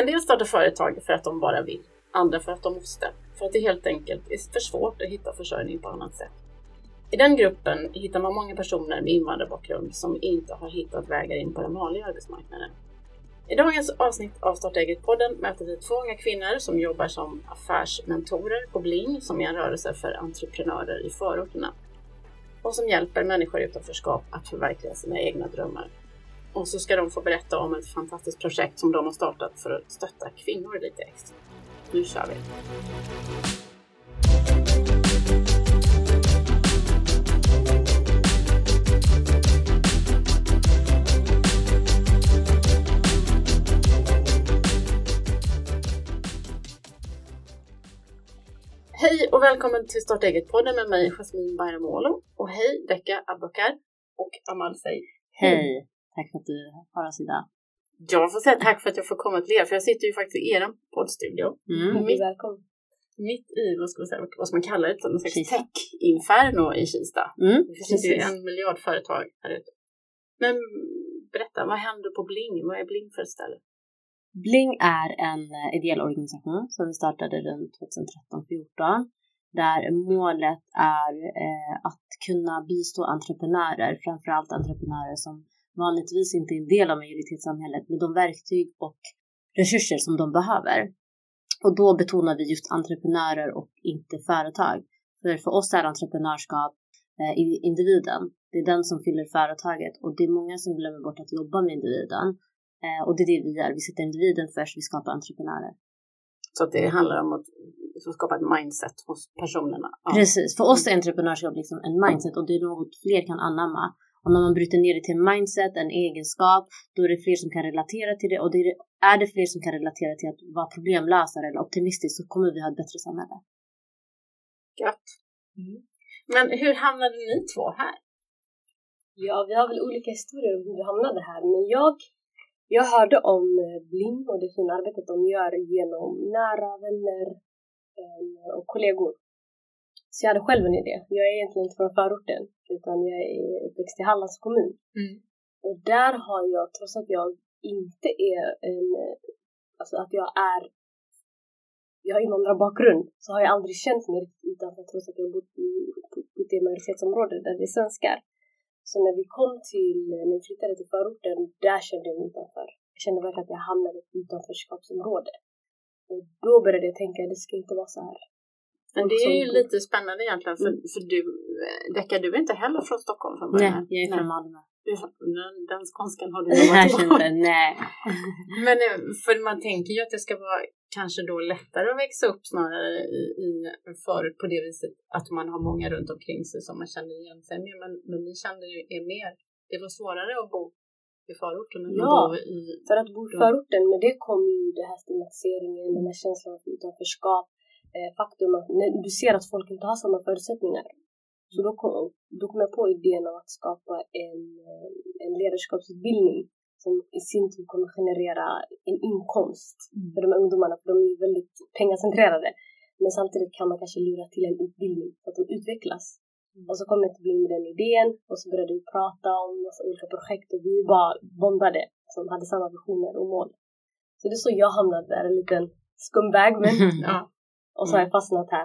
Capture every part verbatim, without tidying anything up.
En del startar företag för att de bara vill, andra för att de måste. För att det helt enkelt är för svårt att hitta försörjning på annat sätt. I den gruppen hittar man många personer med invandrarbakgrund som inte har hittat vägar in på den vanliga arbetsmarknaden. I dagens avsnitt av Starta Eget-podden möter vi två unga kvinnor som jobbar som affärsmentorer på Bling, som är en rörelse för entreprenörer i förorterna. Och som hjälper människor i utanförskap att förverkliga sina egna drömmar. Och så ska de få berätta om ett fantastiskt projekt som de har startat för att stötta kvinnor lite extra. Nu kör vi! Hej och välkommen till Starta Eget-podden med mig, Jasmine Bayramoglu. Och hej, Decca Abubakar och Amal Said. Hej, tack för att du har oss idag. Jag får säga tack för att jag får komma till er, för jag sitter ju faktiskt i er poddstudio. Mm. Mitt, Välkommen. Mitt i, vad ska man säga, vad ska man kalla det? Någon slags tech-inferno i Kista. Mm, det finns ju en miljard företag här ute. Men berätta, vad händer på Bling? Vad är Bling för ett ställe? Bling är en ideell organisation som vi startade runt tjugohundratretton fjorton. Där målet är eh, att kunna bistå entreprenörer, framförallt entreprenörer som vanligtvis inte är en del av majoritetssamhället, med de verktyg och resurser som de behöver. Och då betonar vi just entreprenörer och inte företag. För för oss är entreprenörskap eh, individen. Det är den som fyller företaget, och det är många som glömmer bort att jobba med individen. Eh, och det är det vi gör. Vi sätter individen först, vi skapar entreprenörer. Så att det handlar om att skapa ett mindset hos personerna. Ja. Precis, för oss är entreprenörskap liksom en mindset, och det är något fler kan anamma. Och när man bryter ner det till en mindset, en egenskap, då är det fler som kan relatera till det. Och det är, är det fler som kan relatera till att vara problemlösare eller optimistisk, så kommer vi ha ett bättre samhälle. Gött. Mm. Men hur hamnade ni två här? Ja, vi har väl olika historier om hur vi hamnade här. Men jag, jag hörde om Bling och det fina arbetet de gör genom nära vänner och kollegor. Så jag hade själv en idé. Jag är egentligen inte från förorten, utan jag är uppväxt i Hallands kommun. Mm. Och där har jag, trots att jag inte är en, alltså att jag är, jag har invandrarbakgrund, så har jag aldrig känt mig riktigt utanför, trots att jag har bott i, bott i ett majoritetsområde där det är svenskar. Så när vi kom till, när vi flyttade till förorten, där kände jag mig utanför. Jag kände verkligen att jag hamnade i ett utanförskapsområde. Och då började jag tänka att det ska inte vara så här. Men det är ju lite spännande egentligen, för, mm. för du, Decca, du är inte heller från Stockholm från början. Nej, jag är från Malmö. Den, den skånskan har du jobbat på. Nej. Men för man tänker ju att det ska vara kanske då lättare att växa upp snarare i, i förut på det viset att man har många runt omkring sig som man känner igen sig med. Men, men ni kände ju är mer, det var svårare att bo i förorten än ja, att bo i... för att bo i förorten, men det kom ju det här stigmatiseringen, den här känslan av utanförskap. Faktum att när du ser att folk inte har samma förutsättningar, så då kom, då kom jag på idén av att skapa en, en ledarskapsutbildning som i sin tur kommer generera en inkomst mm. för de här ungdomarna, för de är väldigt pengacentrerade, men samtidigt kan man kanske lura till en utbildning för att de utvecklas. Mm. Och så kom jag till Bling med den idén, och så började vi prata om massa olika projekt, och vi bara bondade som hade samma visioner och mål. Så det är så jag hamnade där, en liten scumbag, men ja. Och så har jag fastnat här.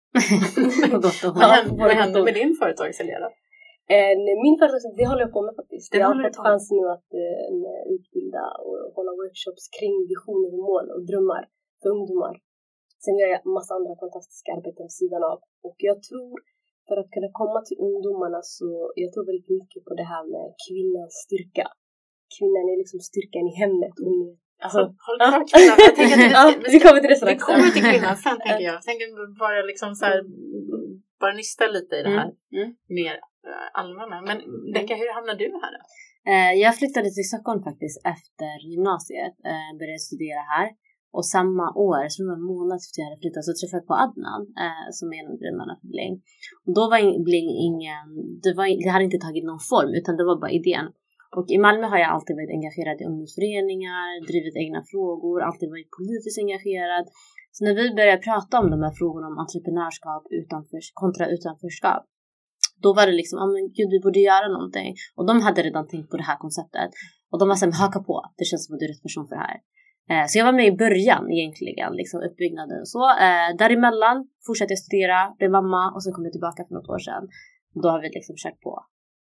Vad händer, vad händer med din företagsidé då? Eh, min företagsidé, det håller jag på med faktiskt. Det jag har fått chans nu att eh, utbilda och hålla workshops kring visioner och mål och drömmar för ungdomar. Sen gör jag en massa andra fantastiska arbeten vid sidan av. Och jag tror, för att kunna komma till ungdomarna, så jag tror väldigt mycket på det här med kvinnans styrka. Kvinnan är liksom styrkan i hemmet, och ni Alltså, håll kvar kvinnan. Jag tänker att ja, vi kommer till det strax. Vi kommer till kvinnan sen, tänker jag. Jag tänker bara liksom så här, bara nysta lite i det här mm. Mm. mer allmänna. Men Decca, hur hamnade du här då? Uh, jag flyttade till Stockholm faktiskt efter gymnasiet. Uh, började studera här. Och samma år, så det var en månad efter jag hade flyttat, så träffade jag på Adnan, uh, som är en av grundarna för Bling. Och då var Bling ingen, det, var, det hade inte tagit någon form, utan det var bara idén. Och i Malmö har jag alltid varit engagerad i ungdomsföreningar, drivit egna frågor, alltid varit politiskt engagerad. Så när vi började prata om de här frågorna om entreprenörskap utanför, kontra utanförskap, då var det liksom, ja men gud, vi borde göra någonting. Och de hade redan tänkt på det här konceptet. Och de var så här, haka på, det känns som att du är rätt person för det här. Eh, så jag var med i början egentligen, liksom uppbyggnaden och så. Eh, däremellan fortsatte jag studera, blev mamma och sen kom jag tillbaka för något år sedan. Då har vi liksom kört på.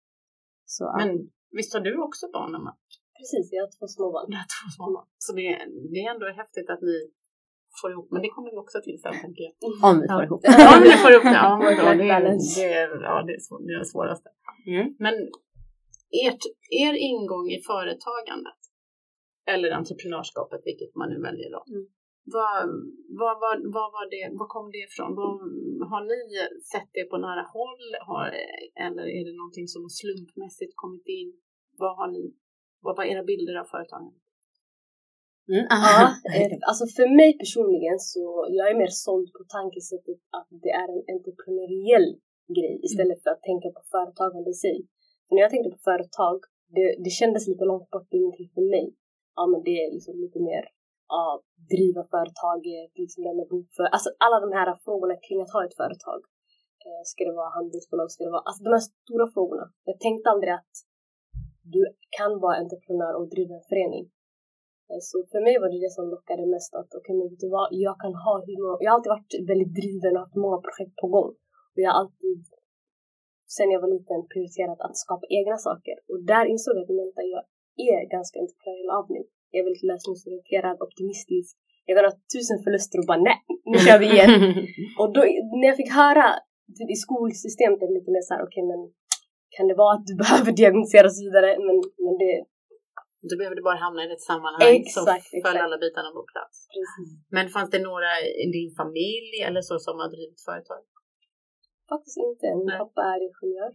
Så, men visst har du också barn, Emma? Precis, jag har två småbarn. Jag har två småbarn. Så det, det är ändå häftigt att ni får ihop, men det kommer vi också till sen, tänker jag. Om vi får ja. ihop. Om vi får ihop det, ja, men då, det, är, det, är, ja, det, är, svår, det är det svåraste. Mm. Men ert, er ingång i företagandet eller entreprenörskapet, vilket man nu väljer då. Mm. Vad, vad, vad, vad var det, vad kom det ifrån? Vad, har ni sett det på nära håll? Har, eller är det någonting som slumpmässigt kommit in? Vad har ni, vad var era bilder av företagandet? Mm. Ja, alltså för mig personligen så jag är mer såld på tankesättet att det är en entreprenöriell grej istället för att tänka på företagande i sig. Så när jag tänkte på företag, det, det kändes lite långt bort ingenting för mig. Ja, men det är liksom lite mer ja, driva företaget, liksom det med bokför. Alltså alla de här frågorna kring att ha ett företag. Eh, ska det vara handelsbolag, ska det vara, alltså de här stora frågorna. Jag tänkte aldrig att du kan vara entreprenör och driva en förening. Så för mig var det det som lockade mest att okej, okay, men vet du vad, jag kan ha hur många, jag har alltid varit väldigt driven och haft många projekt på gång. Och jag har alltid, sen jag var liten, prioriterat att skapa egna saker. Och där insåg jag att jag är ganska entreprenöriell av mig. Jag är väldigt lösningsorienterad, optimistisk. Jag kan ha tusen förluster och bara nej, nu kör vi igen. Och då, när jag fick höra i skolsystemet är lite mer så här, okej okay, men kan det vara att du behöver diagnosera och så vidare, men, men det du behövde bara hamna i ett sammanhang exakt, som föll exakt. alla bitarna på plats. Precis. Men fanns det några i din familj eller så som har drivit företag? Faktiskt inte. Min Nej. pappa är ingenjör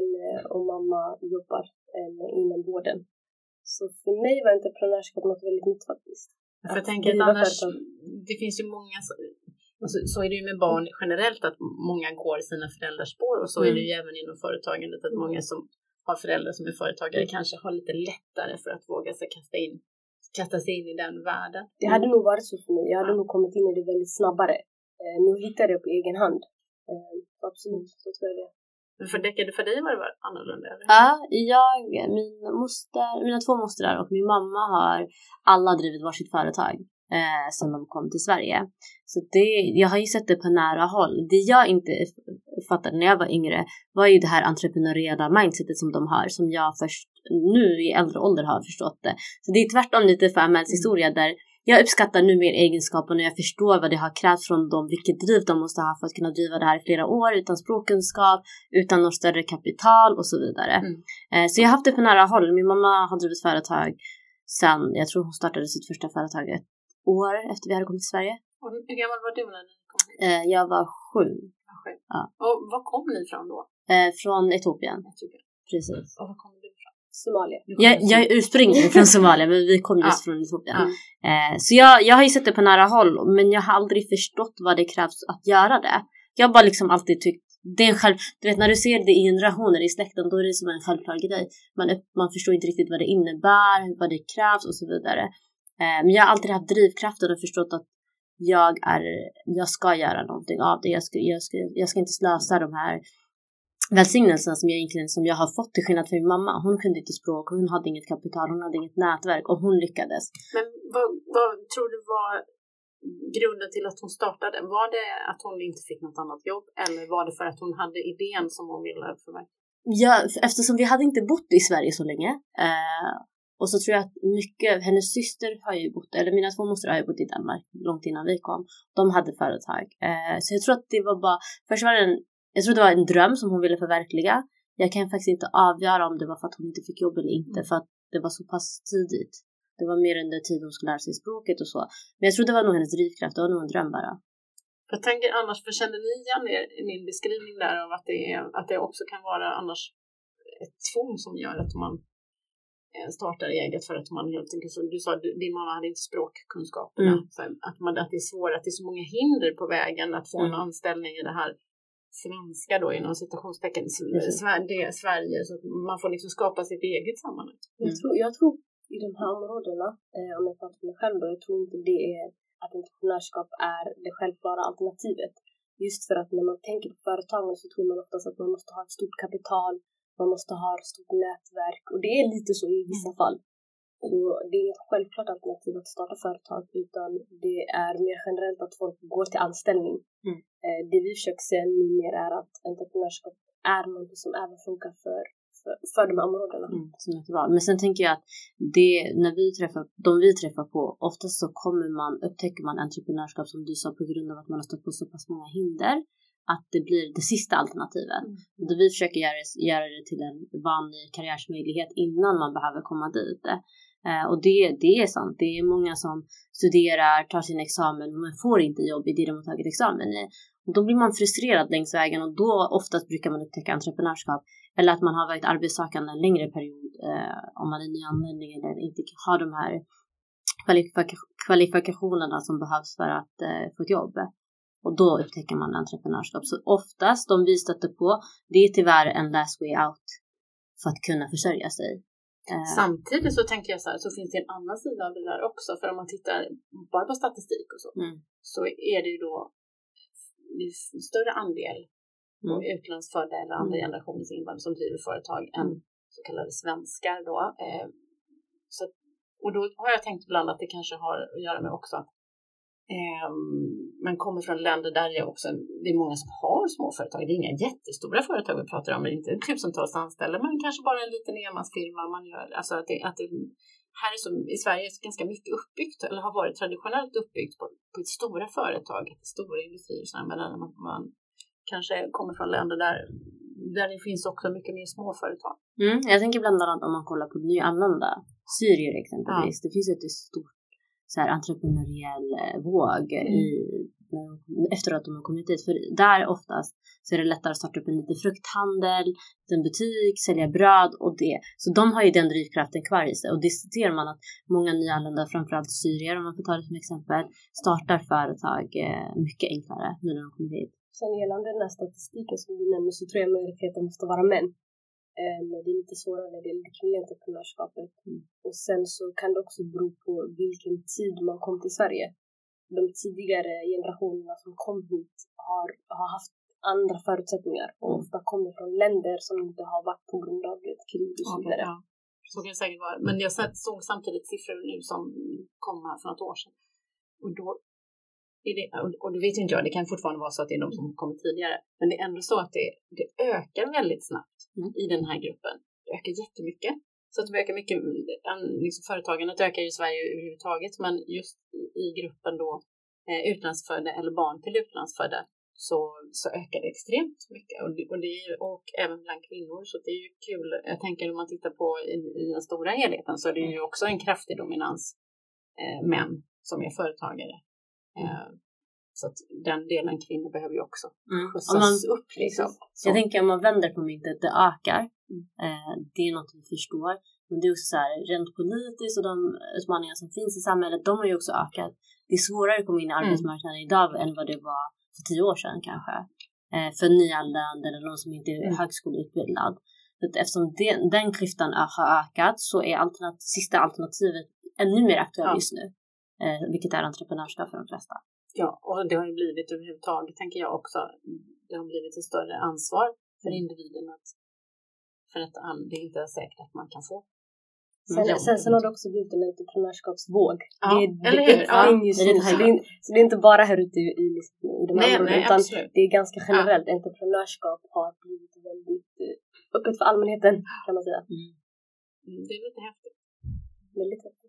och mamma jobbar inom vården. Så för mig var entreprenörskap något väldigt nytt faktiskt. För jag tänker att annars, det finns ju många, alltså, så är det ju med barn generellt att många går sina föräldrars spår och så mm. är det ju även inom företagandet att många som har föräldrar som är företagare mm. kanske har lite lättare för att våga sig kasta, in, kasta sig in i den världen. Det hade nog varit så för mig. Jag hade ja. nog kommit in i det väldigt snabbare. Eh, nu hittade jag på egen hand. Eh, absolut, så tror jag det. Men för, det, för dig var det annorlunda? Eller? Ja, jag, min moster, mina två mostrar och min mamma har alla drivit varsitt företag eh, sedan de kom till Sverige. Så det, jag har ju sett det på nära håll. Det jag inte fattade när jag var yngre var ju det här entreprenöriella mindsetet som de har, som jag först nu i äldre ålder har förstått det. Så det är tvärtom lite för Amels historia där jag uppskattar nu mer egenskapen och jag förstår vad det har krävt från dem, vilket driv de måste ha för att kunna driva det här i flera år utan språkkunskap, utan något större kapital och så vidare. Mm. Eh, så jag har haft det på nära håll. Min mamma har drivit företag sen, jag tror hon startade sitt första företag ett år efter vi hade kommit till Sverige. Och hur gammal var du när ni kom hit? Eh, jag var sju. Ja, sju. Ja. Och var kom ni ifrån då? Eh, från Etiopien. Etiopien. Precis. Och var kom du ifrån? Somalia. Jag, jag är ursprungligen från Somalia, men vi kom just ja. från Etiopien. Ja. Eh, så jag, jag har ju sett det på nära håll, men jag har aldrig förstått vad det krävs att göra det. Jag har bara liksom alltid tyckt, det är en själv, du vet när du ser det i generationer i släkten, då är det som en självklar grej. Man, man förstår inte riktigt vad det innebär, vad det krävs och så vidare. Eh, men jag har alltid haft drivkraften och förstått att jag är, jag ska göra någonting av det. Jag ska, jag ska, jag ska inte slösa de här välsignelserna som jag egentligen som jag har fått till skillnad från min mamma. Hon kunde inte språk, hon hade inget kapital, hon hade inget nätverk och hon lyckades. Men vad, vad tror du var grunden till att hon startade? Var det att hon inte fick något annat jobb eller var det för att hon hade idén som hon ville förverkliga? Ja, eftersom vi hade inte bott i Sverige så länge eh, och så tror jag att mycket, hennes syster har ju bott, eller mina två mostrar har ju bott i Danmark långt innan vi kom. De hade företag. Eh, så jag tror att det var bara, först var det en Jag tror det var en dröm som hon ville förverkliga. Jag kan faktiskt inte avgöra om det var för att hon inte fick jobb eller inte. För att det var så pass tidigt. Det var mer under tid hon skulle lära sig språket och så. Men jag tror det var nog hennes drivkraft. Det var nog en dröm bara. Jag tänker annars, för kände ni igen er i min beskrivning där av att det, är, att det också kan vara annars ett tvång som gör att man startar eget för att man helt enkelt, så du sa att din mamma hade inte språkkunskaperna. Mm. Så att, man, att det är svårt, att det är så många hinder på vägen att få en mm. anställning i det här svenska då inom citationstecken mm. det är Sverige, så att man får liksom skapa sitt eget sammanhang. Mm. Jag, tror, jag tror i de här områdena, eh, om jag pratar för mig själv då, jag tror inte det är att entreprenörskap är det självklara alternativet. Just för att när man tänker på företagen så tror man oftast att man måste ha ett stort kapital, man måste ha ett stort nätverk och det är lite så i vissa mm. fall. Så det är inget självklart alternativ att starta företag, utan det är mer generellt att folk går till anställning. Mm. Eh, det vi försöker säga numera är att entreprenörskap är något som även funkar för, för, för de här områdena. Mm, som ett val. Men sen tänker jag att det, när vi träffar, de vi träffar på, oftast så kommer man, upptäcker man entreprenörskap som du sa på grund av att man har stått på så pass många hinder, att det blir det sista alternativet. Mm. Då vi försöker göra, göra det till en vanlig karriärsmöjlighet innan man behöver komma dit. Eh, och det, det är sant. Det är många som studerar, tar sin examen men får inte jobb i det de har tagit examen i. Och då blir man frustrerad längs vägen, och då oftast brukar man upptäcka entreprenörskap. Eller att man har varit arbetssökande en längre period, eh, om man är nyanländning eller inte har de här kvalifika- kvalifikationerna som behövs för att eh, få ett jobb. Och då upptäcker man entreprenörskap. Så oftast de vi stöter på, det är tyvärr en last way out för att kunna försörja sig. Samtidigt så tänker jag så här, så finns det en annan sida av det där också. För om man tittar bara på statistik och så, mm. så är det ju då en större andel mm. och utlandsfödda eller andra mm. generationens invandrare som driver företag mm. än så kallade svenskar då. Eh, så, och då har jag tänkt ibland att det kanske har att göra med också att eh, man kommer från länder där det också det är många som har små företag. Det är inga jättestora företag vi pratar om, det är inte tusentals anställda, men kanske bara en liten enmansfirma man gör. Alltså att det, att det här är som i Sverige är ganska mycket uppbyggt, eller har varit traditionellt uppbyggt på, på ett stora företag, ett stora industrier, så här, men man, man kanske kommer från länder där, där det finns också mycket mer småföretag. Mm, jag tänker bland annat om man kollar på nyanlända syrier exempelvis, ja. Det finns ett stort så här, entreprenöriell våg mm. i, efter att de har kommit dit. För där oftast så är det lättare att starta upp en liten frukthandel, en butik, sälja bröd och det. Så de har ju den drivkraften kvar i sig. Och det ser man att många nyanlända, framförallt syrier om man får ta det som exempel, startar företag mycket enklare nu när de kommer hit. Sen gällande den här statistiken som du nämner, så tror jag majoriteten måste vara män. Men det är lite svårare när det gäller det kvinnliga entreprenörskapet. Mm. Och sen så kan det också bero på vilken tid man kom till Sverige. De tidigare generationerna som kom hit har, har haft andra förutsättningar. Och ofta kommer från länder som inte har varit på grund av ett krig och så vidare. Ja, så kan det säkert vara. Men jag såg samtidigt siffror nu som kom här för något år sedan. Och då är det, och det vet inte jag, det kan fortfarande vara så att det är de som kommer tidigare. Men det är ändå så att det, det ökar väldigt snabbt mm. i den här gruppen. Det ökar jättemycket. Så att det ökar mycket, liksom företagandet ökar i Sverige överhuvudtaget. Men just i, i gruppen då eh, utlandsfödda eller barn till utlandsfödda så, så ökar det extremt mycket. Och, det, och, det är, och även bland kvinnor, så det är ju kul. Jag tänker om man tittar på i, i den stora helheten, så är det ju också en kraftig dominans eh, män som är företagare. Uh, så att den delen kvinnor behöver ju också mm. skjutsas man, upp liksom. Jag tänker om man vänder på myntet, det ökar. Mm. Uh, det är något vi förstår. Men det är också så här, rent politiskt och de utmaningar som finns i samhället, de har ju också ökat. Det är svårare att komma in i arbetsmarknaden mm. idag än vad det var för tio år sedan kanske. Uh, för nyanlända eller någon som inte är mm. högskoleutbildad. Så att eftersom den, den klyftan har ökat, så är alternat- sista alternativet ännu mer aktuellt ja. just nu. Eh, vilket är entreprenörskap för de flesta. Ja, och det har ju blivit överhuvudtaget, tänker jag också, det har blivit ett större ansvar för individen att, för att det är inte är säkert att man kan få. Sen, ja. sen, sen har det också blivit en entreprenörskapsvåg. Ja, det, eller det, hur? Ja. Så, det är, så det är inte bara här ute i, i, i de här områdena, utan absolut. Det är ganska generellt. Ja. Entreprenörskap har blivit väldigt öppet för allmänheten, kan man säga. Mm. Mm, det är lite häftigt. Väldigt häftigt.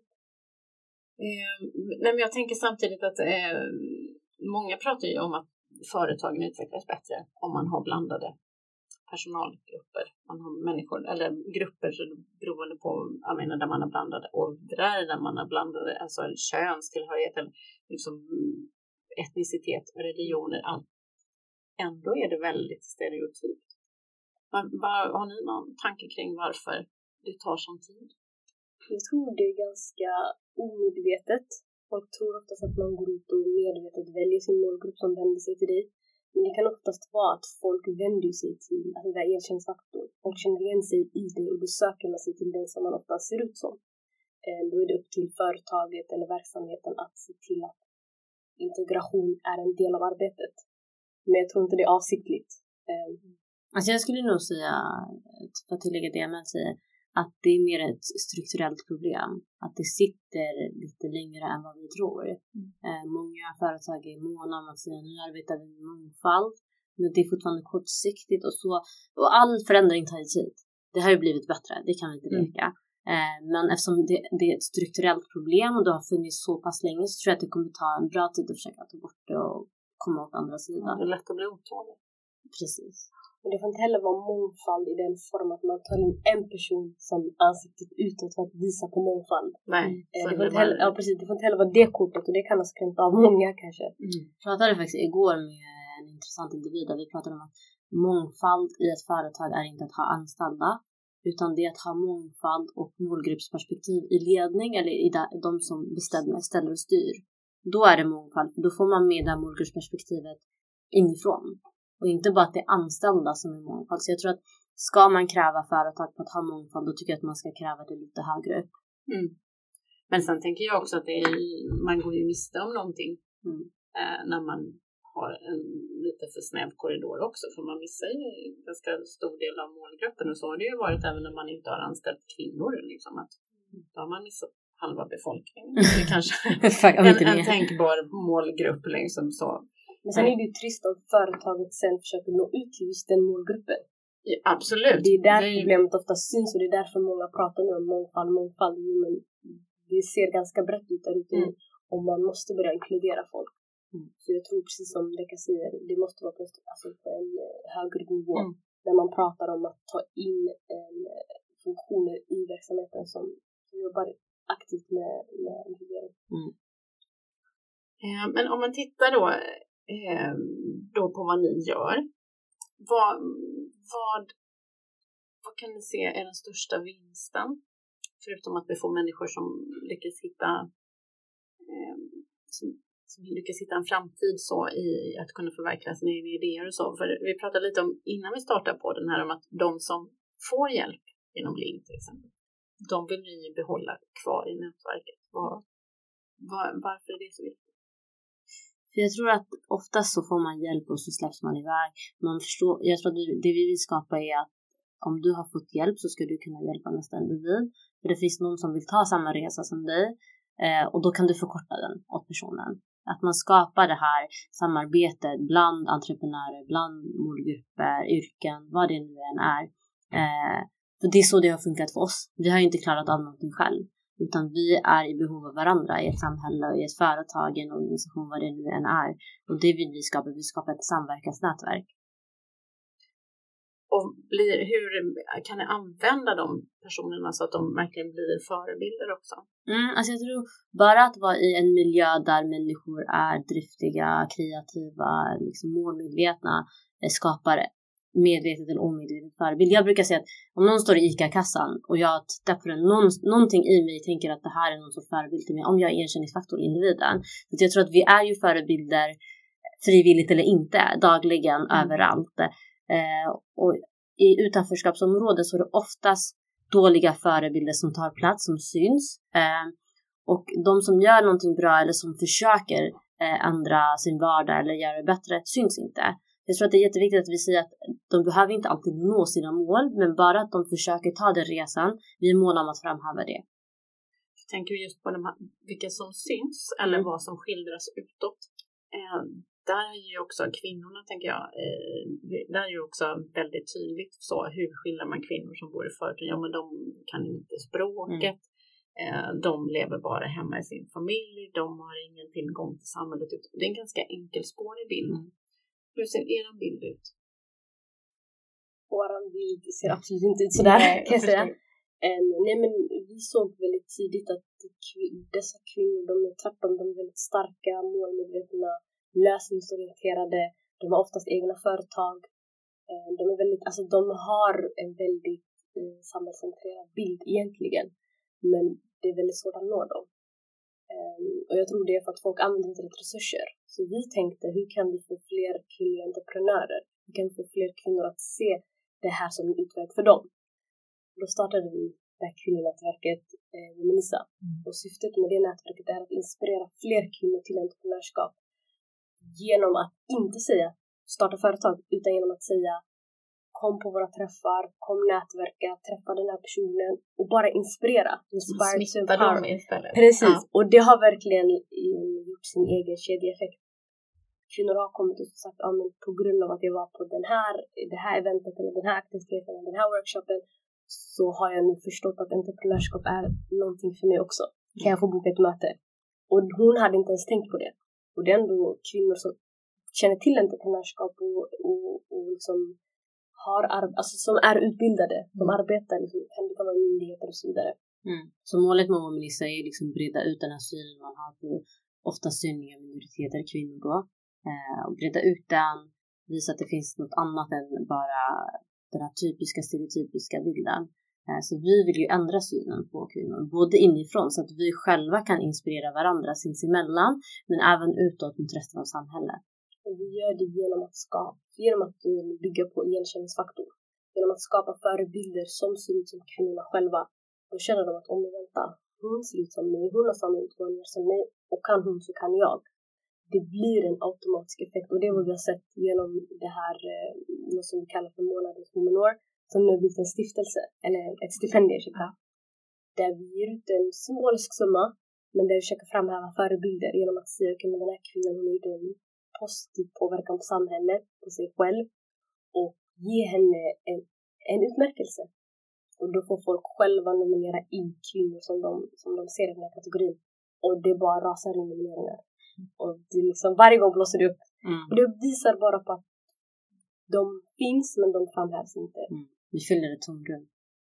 Eh, nej, men jag tänker samtidigt att eh, många pratar ju om att företagen utvecklas bättre om man har blandade personalgrupper. Man har människor eller grupper beroende på, jag menar, där man har blandade åldrar, där man har blandade alltså könstillhörighet eller liksom etnicitet, religioner, allt. Ändå är det väldigt stereotypt. Men, var, har ni någon tanke kring varför det tar sån tid? Jag tror det är ganska omedvetet. Folk tror oftast att man går ut och medvetet väljer sin målgrupp som vänder sig till dig. Men det kan oftast vara att folk vänder sig till, alltså det där erkännelsefaktorn. Folk känner igen sig i det och då söker man sig till den som man ofta ser ut som. Då är det upp till företaget eller verksamheten att se till att integration är en del av arbetet. Men jag tror inte det är avsiktligt. Alltså jag skulle nog säga, för att tillägga det man säger, att det är mer ett strukturellt problem. Att det sitter lite längre än vad vi tror. Mm. Eh, många företag är måna om att säga nu arbetar vi med mångfald. Men det är fortfarande kortsiktigt och så. Och all förändring tar ju tid. Det har ju blivit bättre, det kan vi inte leka. Mm. Eh, men eftersom det, det är ett strukturellt problem och det har funnits så pass länge, så tror jag att det kommer ta en bra tid att försöka ta bort det och komma åt andra sidan. Ja, det är lätt att bli otålig. Precis. Men det får inte heller vara mångfald i den form att man tar in en person som ansiktet utåt för att visa på mångfald. Nej. Eh, det, får inte heller, ja, precis, det får inte heller vara det kortet och det kan ha skrämt av många kanske. Mm. Jag pratade faktiskt igår med en intressant individ där vi pratade om att mångfald i ett företag är inte att ha anställda, utan det är att ha mångfald och målgruppsperspektiv i ledning eller i de som bestämmer, ställer och styr. Då är det mångfald, då får man med det målgruppsperspektivet inifrån. Och inte bara att det är anställda som är mångfald. Så jag tror att ska man kräva företag på att ha mångfald, då tycker jag att man ska kräva det lite högre upp. Mm. Men sen tänker jag också att det är, man går ju miste om någonting mm. eh, när man har en lite för snäv korridor också. För man missar ju en ganska stor del av målgruppen. Och så har det ju varit även när man inte har anställt kvinnor. Liksom, att då har man missat halva befolkningen. Det är kanske en, en tänkbar målgrupp. Liksom, så. Men sen är det ju trist om företaget sen försöker nå ut till just den målgruppen. Ja, absolut. Det är där det är... problemet ofta syns och det är därför många pratar nu om mångfald, mångfald. Men det ser ganska brett ut där ute mm. och man måste börja inkludera folk. Mm. Så jag tror precis som Leka säger, det måste vara på, alltså på en högre nivå. Mm. När man pratar om att ta in en, funktioner i verksamheten som, som jobbar aktivt med, med inkludering. Mm. Eh, men om man tittar då Eh, då på vad ni gör. Vad, vad, vad kan ni se är den största vinsten? Förutom att vi får människor som lyckas hitta eh, som, som lyckas hitta en framtid så i att kunna förverkliga sina egna idéer och så. För vi pratade lite om innan vi startade på den här om att de som får hjälp genom Bling till exempel, de vill vi behålla kvar i nätverket. Var, var, varför är det så viktigt? För jag tror att oftast så får man hjälp och så släpps man iväg. Man förstår, jag tror att det vi vill skapa är att om du har fått hjälp så ska du kunna hjälpa nästa individ. För det finns någon som vill ta samma resa som dig eh, och då kan du förkorta den åt personen. Att man skapar det här samarbetet bland entreprenörer, bland målgrupper, yrken, vad det nu än är. Eh, för det är så det har funkat för oss. Vi har ju inte klarat av någonting själv. Utan vi är i behov av varandra i ett samhälle, i ett företag, i en organisation, vad det nu än är. Och det vill vi skapa. Vi skapar ett samverkansnätverk. Och blir, hur kan ni använda de personerna så att de verkligen blir förebilder också? Mm, alltså jag tror bara att vara i en miljö där människor är driftiga, kreativa, liksom målmedvetna, skapar medvetet eller omedvetet förebild. Jag brukar säga att om någon står i ICA-kassan och jag tittar på den, någon, någonting i mig tänker att det här är någon sorts förebild till mig, om jag är erkänningsfaktor i individen. Så jag tror att vi är ju förebilder frivilligt eller inte, dagligen, mm. överallt. Eh, och i utanförskapsområden så är det oftast dåliga förebilder som tar plats, som syns. Eh, och de som gör någonting bra eller som försöker eh, ändra sin vardag eller göra det bättre syns inte. Jag tror att det är jätteviktigt att vi säger att de behöver inte alltid nå sina mål, men bara att de försöker ta den resan. Vi är måna om att framhäva det. Jag tänker just på de här, vilka som syns eller mm. vad som skildras utåt. Eh, där är ju också kvinnorna, tänker jag, eh, där är ju också väldigt tydligt så hur skildrar man kvinnor som bor i förorten. Ja, men de kan inte språket. Mm. Eh, de lever bara hemma i sin familj. De har ingen tillgång till samhället. Det är en ganska enkelspårig bild. Mm. Hur ser er bild ut? Vår bild ser absolut inte ut sådär, nej, kan jag säga. Um, nej, men vi såg väldigt tidigt att kvin- dessa kvinnor, de är tvärtom, de är väldigt starka, målmedvetna, lösningsorienterade. De har oftast egna företag. Um, de är väldigt, alltså de har en väldigt uh, samhällscentrerad bild egentligen. Men det är väldigt svårt att nå dem. Um, och jag tror det är för att folk använder inte rätt resurser. Så vi tänkte, hur kan vi få fler kvinnliga entreprenörer? Hur kan vi få fler kvinnor att se det här som en utväg för dem? Då startade vi det här kvinnonätverket eh, med Melissa. Mm. Och syftet med det nätverket är att inspirera fler kvinnor till entreprenörskap. Genom att inte säga starta företag, utan genom att säga kom på våra träffar, kom nätverka, träffa den här personen och bara inspirera. Smitta dem istället. Precis, ja. och det har verkligen gjort sin egen kedjeeffekt. Kvinnor har kommit och sagt, ja men på grund av att jag var på den här, det här eventet eller den här aktiviteten eller den här workshopen, så har jag nu förstått att entreprenörskap är någonting för mig också. Kan jag få boka ett möte? Och hon hade inte ens tänkt på det. Och det är ändå kvinnor som känner till entreprenörskap och, och, och liksom har ar- alltså som är utbildade, som mm. arbetar, liksom, kan det vara myndigheter och så vidare. Mm. Så målet med Womanissa är liksom breda ut den här synen man har på ofta synliga minoriteter, kvinnor då. Eh, och breda ut den, visa att det finns något annat än bara den här typiska, stereotypiska bilden. Eh, så vi vill ju ändra synen på kvinnor, både inifrån så att vi själva kan inspirera varandra sinsemellan, men även utåt mot resten av samhället. Och vi gör det genom att skapa, genom att bygga på igenkänningsfaktor. Genom att skapa förebilder som ser ut som kvinnorna själva. Då känner de att, om oh, vänta, hon ser ut som mig, hon har samma utmaningar som mig, och kan hon så kan jag. Det blir en automatisk effekt, och det är vad vi har sett genom det här, eh, något som vi kallar för månadens Womanår, som nu har blivit en stiftelse, eller ett stipendium, där vi ger ut en symbolisk summa, men där vi försöker framhäva förebilder genom att säga, okej, men den här kvinnan, hon gjorde en positiv påverkan på samhället, på sig själv, och ge henne en, en utmärkelse. Och då får folk själva nominera in kvinnor som de, som de ser i den här kategorin. Och det bara rasar in nomineringar. Och det liksom, varje gång blåser det upp. Mm. Och det visar bara på att de finns, men de framhävs inte. Mm. Vi fyller ett tomrum.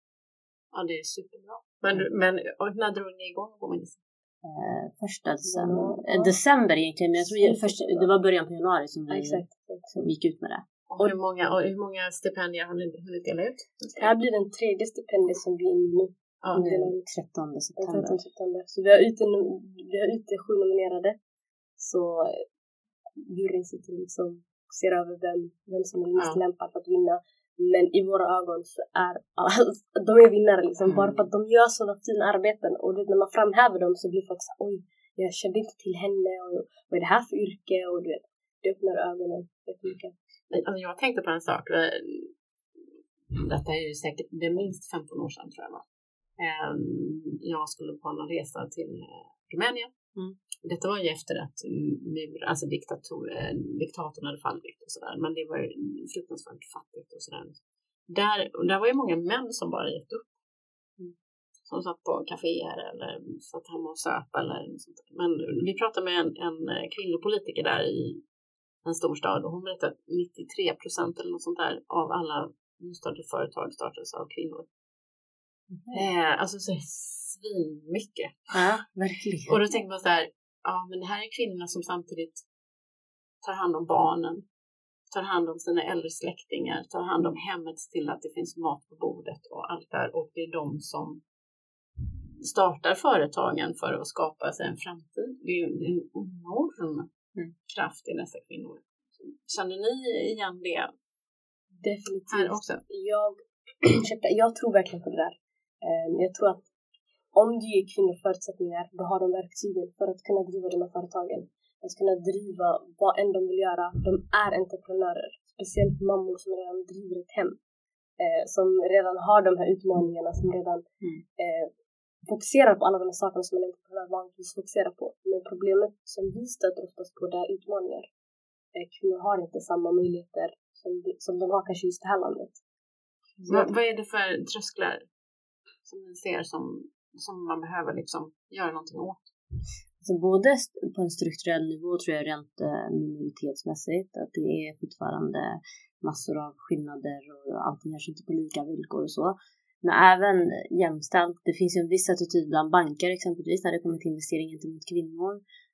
Ja, det är superbra. Men, men och när drog ni igång på Womanissa? Eh, första december. Ja. December egentligen, men jag tror jag, först, det var början på januari som vi, exakt, som vi gick ut med det. Och hur många, och hur många stipendier har ni hunnit dela ut? Det här blir den tredje stipendiet som vi är inne nu. Ja, det är trettonde september. trettonde september. Så vi har ute, vi har ute sju nominerade. Så juryn sitter liksom ser över vem, vem som är mest ja. lämpad för att vinna. Men i våra ögon så är alla, de är vinnare liksom. Mm. Bara för att de gör sådana fina arbeten. Och det, när man framhäver dem så blir folk så, oj, jag kände inte till henne. Och vad är det här för yrke? Och du vet, det öppnar ögonen jättemycket. Alltså jag tänkte på en sak. Detta är ju säkert, det är minst femton år sedan tror jag. Jag skulle på en resa till Rumänien. Mm. Detta var ju efter att alltså diktator, diktatorn hade fallit och sådär. Men det var ju fruktansvärt fattigt och sådär. Där, där var ju många män som bara gett upp. Mm. Som satt på kaféer eller satt hemma och söp eller något sånt. Men vi pratade med en, en kvinnlig politiker där i en stor stad. Och hon berättade att nittiotre procent eller något sånt där av alla nystartade företag startades av kvinnor. Mm. Eh, alltså så är svin mycket. Ja, verkligen. Och då tänkte man så här, ja men det här är kvinnorna som samtidigt tar hand om barnen, tar hand om sina äldre släktingar, tar hand om hemmet till att det finns mat på bordet och allt där. Och det är de som startar företagen för att skapa sig en framtid. Det är en enorm mm. kraft i dessa kvinnor. Känner ni igen det? Definitivt. Här också? Jag, jag tror verkligen på det där. Jag tror att om du ger kvinnor förutsättningar, då har de verktygen för att kunna driva de här företagen. Att kunna driva vad än de vill göra. De är entreprenörer. Speciellt mammor som redan driver ett hem. Eh, som redan har de här utmaningarna. Som redan mm. eh, fokuserar på alla de här sakerna som en entreprenör vanligtvis fokuserar på. Men problemet som vi stöter oftast på, det är utmaningar. Eh, kvinnor har inte samma möjligheter som de, som de har kanske just det här landet. Så, vad, vad är det för trösklar som ni ser som som man behöver liksom göra någonting åt? Så både på en strukturell nivå tror jag rent minoritetsmässigt att det är fortfarande massor av skillnader och allting görs inte på lika villkor och så. Men även jämställt, det finns ju en viss attityd bland banker exempelvis när det kommer till investering inte mot kvinnor.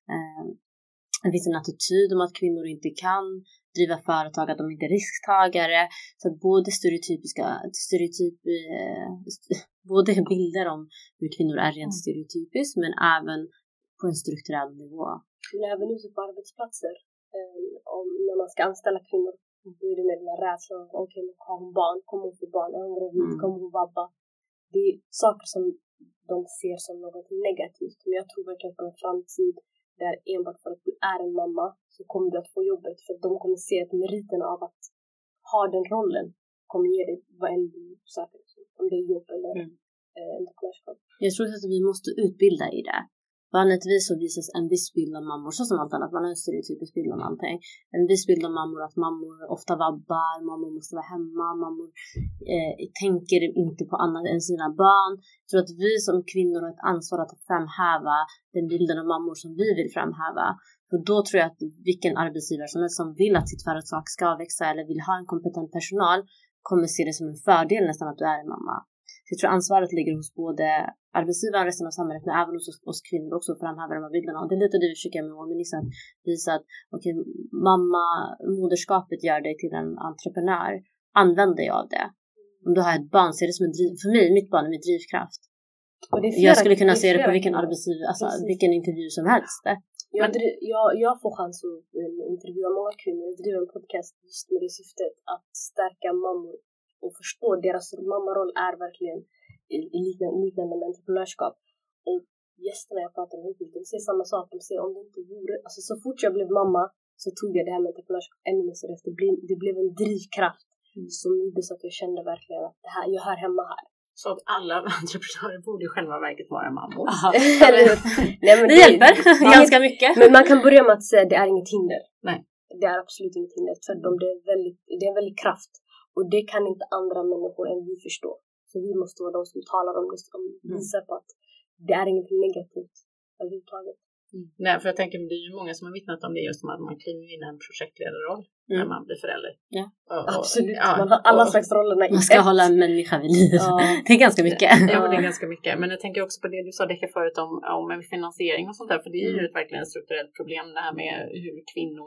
Det finns en attityd om att kvinnor inte kan driva företag, att de inte är risktagare. Så att både stereotypiska, stereotyp, eh, st- både bilder om hur kvinnor är rent stereotypiskt, men även på en strukturell nivå. Men även ute på arbetsplatser, eh, om, när man ska anställa kvinnor, då är det med den här rädslan. Okej, okay, har hon barn? Kommer hon få barn? Är hon gravid? Mm. Kommer hon vabba? Det är saker som de ser som något negativt. Men jag tror verkligen på en framtid där enbart för att du är en mamma så kommer du att få jobbet. För de kommer se att meriterna av att ha den rollen kommer ge dig vad än du söker. Om det är jobb eller mm. eh, entreprenörskap. Jag tror att vi måste utbilda i det. Vanligtvis så visas en viss bild av mammor, så som allt annat, man har en stereotypisk bild om allting. En viss bild av mammor, att mammor ofta vabbar, mammor måste vara hemma, mammor eh, tänker inte på annat än sina barn. Jag tror att vi som kvinnor har ett ansvar att framhäva den bilden av mammor som vi vill framhäva. För då tror jag att vilken arbetsgivare som helst som vill att sitt företag ska växa eller vill ha en kompetent personal kommer se det som en fördel nästan att du är en mamma. Så jag tror ansvaret ligger hos både arbetsgivaren, resten av samhället, men även hos oss kvinnor också för att framhäva de här bilderna. Och det är lite det vi försöker med vår minister, att visa att okay, mamma, moderskapet gör dig till en entreprenör. Använd dig av det. Om du har ett barn, ser det som en driv, för mig, mitt barn är min drivkraft. Och det är flera, jag skulle kunna det se det på vilken arbetsgivare, alltså Precis. vilken intervju som helst. Jag, jag, jag får chans att intervjua många kvinnor, jag driver en podcast just med det syftet att stärka mammor och förstå deras mammaroll är verkligen i, i liknande, liknande med entreprenörskap. Och gästerna jag pratar med hittills, de säger samma sak. De säger om det inte vore, alltså så fort jag blev mamma så tog jag det här med entreprenörskap ännu mer seriöst. Det blev, det blev en drivkraft mm. som gjorde så att jag kände verkligen att det här, jag hör hemma här. Så att alla entreprenörer borde i själva verket vara mammor. Nej, men det, det hjälper det, ganska mycket. Men man kan börja med att säga att det är inget hinder. Nej. Det är absolut inget hinder. Tvärtom, det är väldigt, det är en väldigt kraft. Och det kan inte andra människor än vi förstå. Så vi måste vara de som talar om det, som visar på att det är inget negativt överhuvudtaget. Mm. Nej, för jag tänker det är ju många som har vittnat om det just som att man kliver in i en projektledarroll mm. när man blir förälder. Ja. Och, och, Absolut, ja, man har alla och, slags rollerna. Man ska ett. hålla en människa vid liv. Ja. Det är ganska mycket. Ja, det är ganska mycket. Men jag tänker också på det du sa Decka förut om, om en finansiering och sånt där. För det är ju ett verkligen ett strukturellt problem det här med hur kvinnor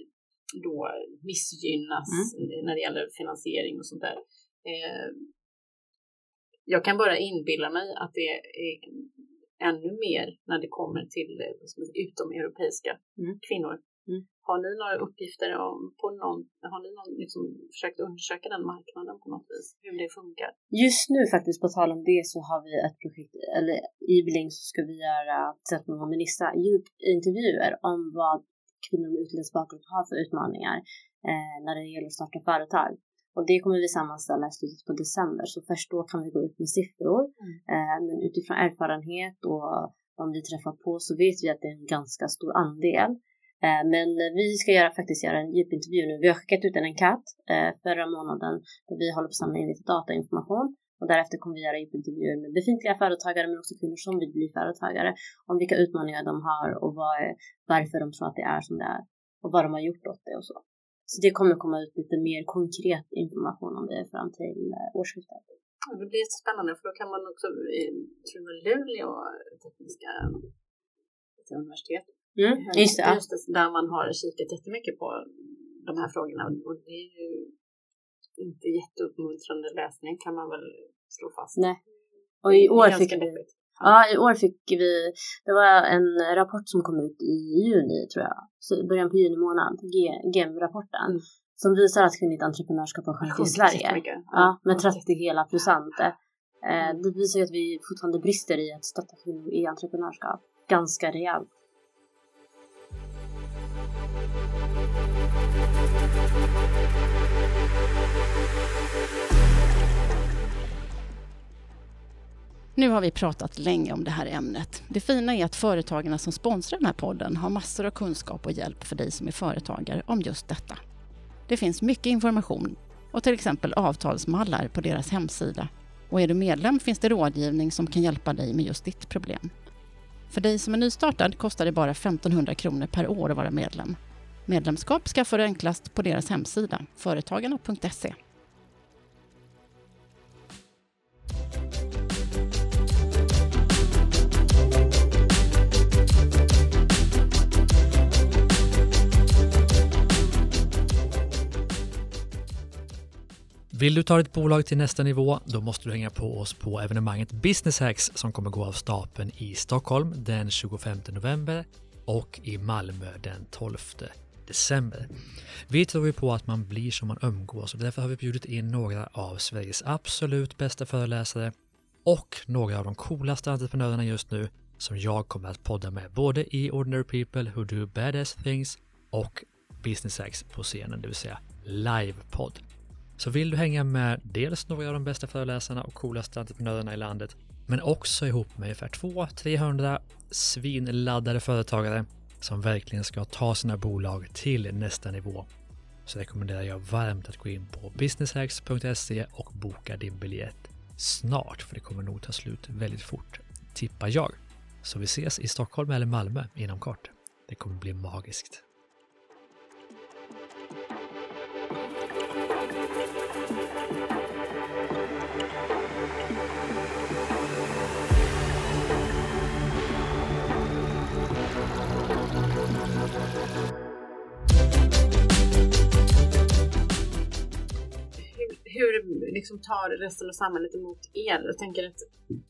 då missgynnas mm. när det gäller finansiering och sånt där. Eh, jag kan bara inbilla mig att det är ännu mer när det kommer till utomeuropeiska mm. kvinnor. Mm. Har ni några uppgifter om, på någon, har ni någon, liksom, försökt undersöka den marknaden på något vis, hur det funkar? Just nu faktiskt på tal om det så har vi ett projekt, eller i Bling så ska vi göra tillsammans med vår minister intervjuer om vad kvinnor med utländsk bakgrund har för utmaningar eh, när det gäller att starta företag. Och det kommer vi sammanställa i slutet på december. Så först då kan vi gå ut med siffror. Mm. Eh, men utifrån erfarenhet och om vi träffar på så vet vi att det är en ganska stor andel. Eh, men vi ska göra, faktiskt göra en djupintervju nu. Vi har skickat ut en enkät eh, förra månaden där vi håller på att samla in lite datainformation. Och därefter kommer vi göra djupintervjuer med befintliga företagare men också kvinnor som vill bli företagare. Om vilka utmaningar de har och vad, varför de tror att det är som det är. Och vad de har gjort åt det och så. Så det kommer komma ut lite mer konkret information om det fram till årsskiftet. Ja, det blir spännande för då kan man också, tror jag, Luleå tekniska universitet. Mm, just det. Just det, där man har kikat jättemycket på de här frågorna. Och det är ju inte jätteuppmuntrande läsning kan man väl slå fast. Nej. Och i år fick vi... Ja, i år fick vi, det var en rapport som kom ut i juni tror jag, så i början på juni månad, G E M-rapporten, mm. som visar att kvinnligt entreprenörskap har sjunkit i Sverige. Ja, med trettio hela procent. Eh, det visar ju att vi fortfarande brister i att stötta kvinnor i entreprenörskap. Ganska rejält. Nu har vi pratat länge om det här ämnet. Det fina är att företagarna som sponsrar den här podden har massor av kunskap och hjälp för dig som är företagare om just detta. Det finns mycket information och till exempel avtalsmallar på deras hemsida. Och är du medlem finns det rådgivning som kan hjälpa dig med just ditt problem. För dig som är nystartad kostar det bara femtonhundra kronor per år att vara medlem. Medlemskap skaffar du enklast på deras hemsida, företagarna punkt se. Vill du ta ditt bolag till nästa nivå, då måste du hänga på oss på evenemanget Business Hacks som kommer gå av stapeln i Stockholm den tjugofemte november och i Malmö den tolfte december. Vi tror ju på att man blir som man umgås och därför har vi bjudit in några av Sveriges absolut bästa föreläsare och några av de coolaste entreprenörerna just nu som jag kommer att podda med både i Ordinary People Who Do Badass Things och Business Hacks på scenen, det vill säga livepodd. Så vill du hänga med dels några av de bästa föreläsarna och coolaste entreprenörerna i landet, men också ihop med ungefär två till trehundra svinladdade företagare som verkligen ska ta sina bolag till nästa nivå, så rekommenderar jag varmt att gå in på businesshacks punkt se och boka din biljett snart, för det kommer nog ta slut väldigt fort, tippar jag. Så vi ses i Stockholm eller Malmö inom kort. Det kommer bli magiskt. Hur liksom tar resten av samhället emot er? Jag tänker att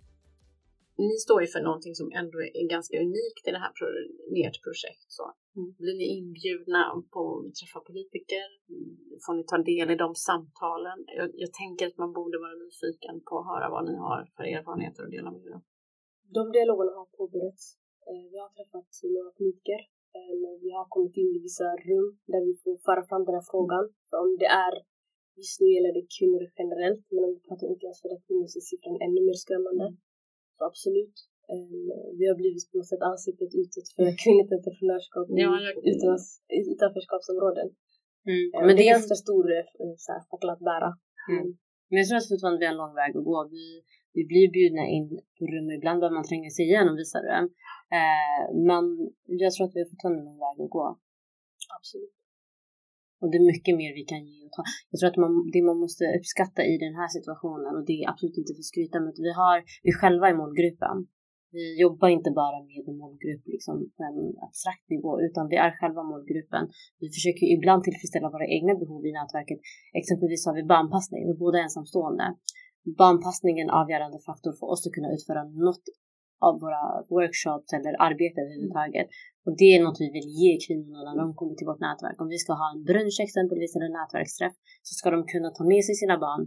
ni står ju för någonting som ändå är ganska unikt i det här ert projekt. Så mm. Blir ni inbjudna på att träffa politiker? Får ni ta del i de samtalen? Jag, jag tänker att man borde vara nyfiken på att höra vad ni har för erfarenheter och dela med er. De dialogerna har påbörjats. Vi har träffat några politiker. Vi har kommit in i vissa rum där vi får föra fram den här frågan. För om det är just nu gäller det kvinnor generellt, men om vi pratar om utlandsfödda kvinnor så är siffran ännu mer skrämmande. Så absolut. Um, vi har blivit på något sätt ansiktet utåt för kvinnligt entreprenörskap i ja, utanför, utanförskapsområden. Mm. Um, men det är ganska stor fackla att bära. Mm. Men jag tror att fortfarande vi har en lång väg att gå. Vi, vi blir bjudna in på rum, ibland behöver man tränga sig igenom vissa rum. Uh, men jag tror att vi har fortfarande en lång väg att gå. Absolut. Och det är mycket mer vi kan ge och ta. Jag tror att man, det man måste uppskatta i den här situationen, och det är absolut inte för skryta, men att vi har, vi själva i målgruppen. Vi jobbar inte bara med en målgrupp liksom på en abstrakt nivå, utan vi är själva målgruppen. Vi försöker ibland tillfredsställa våra egna behov i nätverket. Exempelvis har vi barnpassning, vi är båda ensamstående. Barnpassning är en avgörande faktor för oss att kunna utföra något av våra workshops eller arbete överhuvudtaget. Och det är något vi vill ge kvinnorna när de kommer till vårt nätverk. Om vi ska ha en brunch exempelvis eller en nätverksträff, så ska de kunna ta med sig sina barn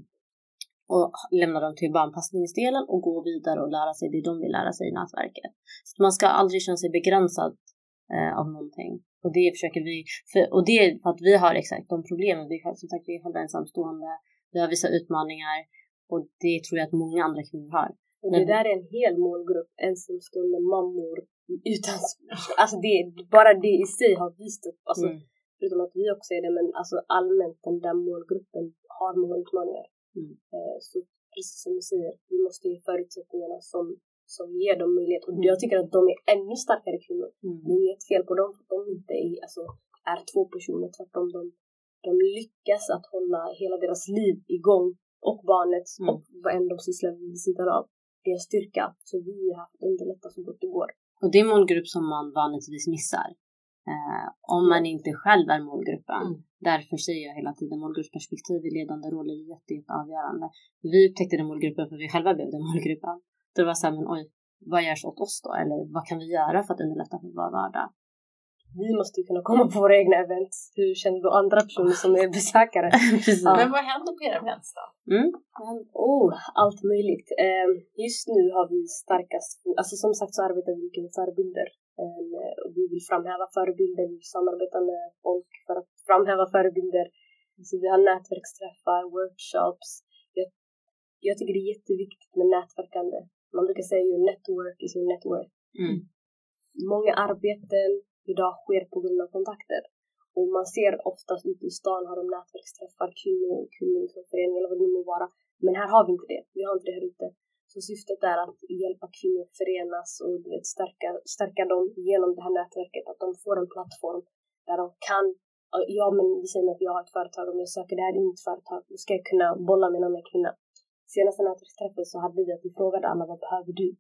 och lämna dem till barnpassningsdelen och gå vidare och lära sig det de vill lära sig i nätverket. Så man ska aldrig känna sig begränsad eh, av någonting. Och det försöker vi, för, och det är för att vi har exakt de problemen. Vi har som sagt, vi är själva ensamstående, vi har vissa utmaningar, och det tror jag att många andra kvinnor har. Och det där är en hel målgrupp, ensamstående mammor utan, alltså det, bara det i sig har visat upp, alltså mm. förutom att vi också är det, men alltså allmänt den där målgruppen har många utmaningar. Mm. Eh, så precis som du säger, vi måste ge förutsättningarna som, som ger dem möjlighet. Och mm. jag tycker att de är ännu starkare kvinnor. Mm. Det är inget fel på dem, för de inte är, alltså, är två personer, tvärtom de, de lyckas att hålla hela deras liv igång, och barnets mm. och vad än de sysslar vid sidan av. Det är styrka, så vi har haft underlätta så gott det går. Och det är en målgrupp som man vanligtvis missar. Eh, om man inte själv är målgruppen. Mm. Därför säger jag hela tiden målgruppsperspektiv i ledande roll är jätte, jätte avgörande. Vi upptäckte den målgruppen för vi själva blev den målgruppen. Det var så här, men oj, vad görs åt oss då? Eller vad kan vi göra för att underlätta för vår vardag? Vi måste ju kunna komma på våra egna events. Hur känner du andra personer som är besökare? Ja. Men vad händer på era events då? Mm. Oh, allt möjligt. Um, just nu har vi starkast, alltså som sagt så arbetar vi mycket med förebilder. Um, och vi vill framhäva förebilder, vi vill samarbeta med folk för att framhäva förebilder. Så vi har nätverksträffar, workshops. Jag, jag tycker det är jätteviktigt med nätverkande. Man brukar säga ju network is your network. Mm. Många arbeten idag sker på grund av kontakter. Och man ser oftast ute i stan har de nätverksträffar, kvinnor, kvinnor som förening eller vad det nu må vara. Men här har vi inte det. Vi har inte det här ute. Så syftet är att hjälpa kvinnor förenas och du vet, stärka, stärka dem genom det här nätverket. Att de får en plattform där de kan, ja men vi säger att jag har ett företag, om jag söker det här i mitt företag, då ska jag kunna bolla med en annan kvinna. Senaste nätverksträffen så hade vi att vi frågade alla, vad behöver du?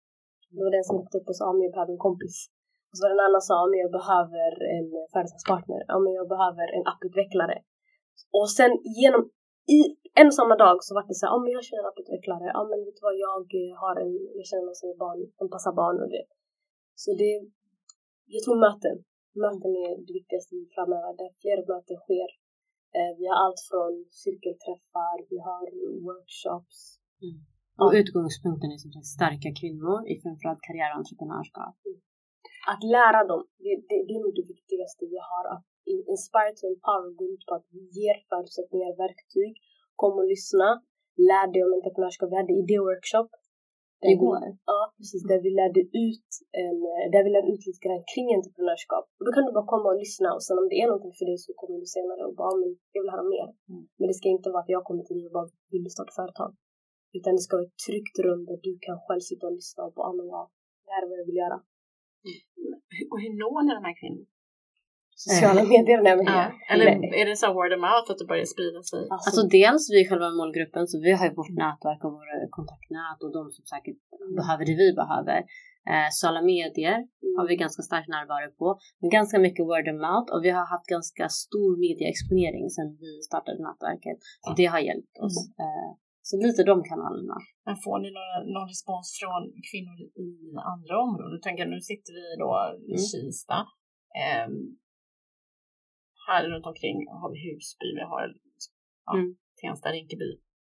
Det var den som åkte upp och sa, om jag behöver en kompis. Och så var det en annan som sa, om jag behöver en företagspartner, om jag behöver en apputvecklare. Och sen genom, i en och samma dag så var det så här, om jag känner en apputvecklare, ja men vet du vad, jag har en, jag känner någon som är barn, som passar barn och det. Så det, jag tror möten, möten är det viktigaste framöver, där flera möten sker. Vi har allt från cirkelträffar, vi har workshops. Mm. Och utgångspunkten är som sagt starka kvinnor i framförallt karriär och entreprenörskap. Mm. Att lära dem, det, det, det är nog det viktigaste vi har. Att inspire to empower går ut på att vi ger förutsättningar, verktyg kom och lyssna, lärde om entreprenörskap. Vi hade idéworkshop. Igår? Ja, precis. Där vi lärde ut, en, där vi lärde ut lite grann kring entreprenörskap. Och då kan du bara komma och lyssna. Och sen om det är någonting för dig så kommer du senare och bara, men jag vill höra mer. Mm. Men det ska inte vara att jag kommer till dig och bara vill du starta företag. Utan det ska vara ett tryggt rum där du kan själv sitta och lyssna och bara, men ja, det här är vad jag vill göra. Mm. Och hur når ni de här kvinnorna? Sociala medier, nej men ja. Eller är det så word of mouth att det börjar sprida sig? Alltså, alltså dels vi själva målgruppen, så vi har ju vårt nätverk och våra kontaktnät och de som säkert mm. behöver det vi behöver. Eh, sociala medier mm. har vi ganska starkt närvaro på, men ganska mycket word of mouth, och vi har haft ganska stor medieexponering sedan vi startade nätverket. Så det har hjälpt oss. Mm. Eh, så lite de kanalerna. Men får ni någon, någon respons från kvinnor i andra områden? Du tänker, nu sitter vi då i mm. Kista. Eh, Här runt omkring har vi Husby, vi har ja, mm. Tensta, Rinkeby.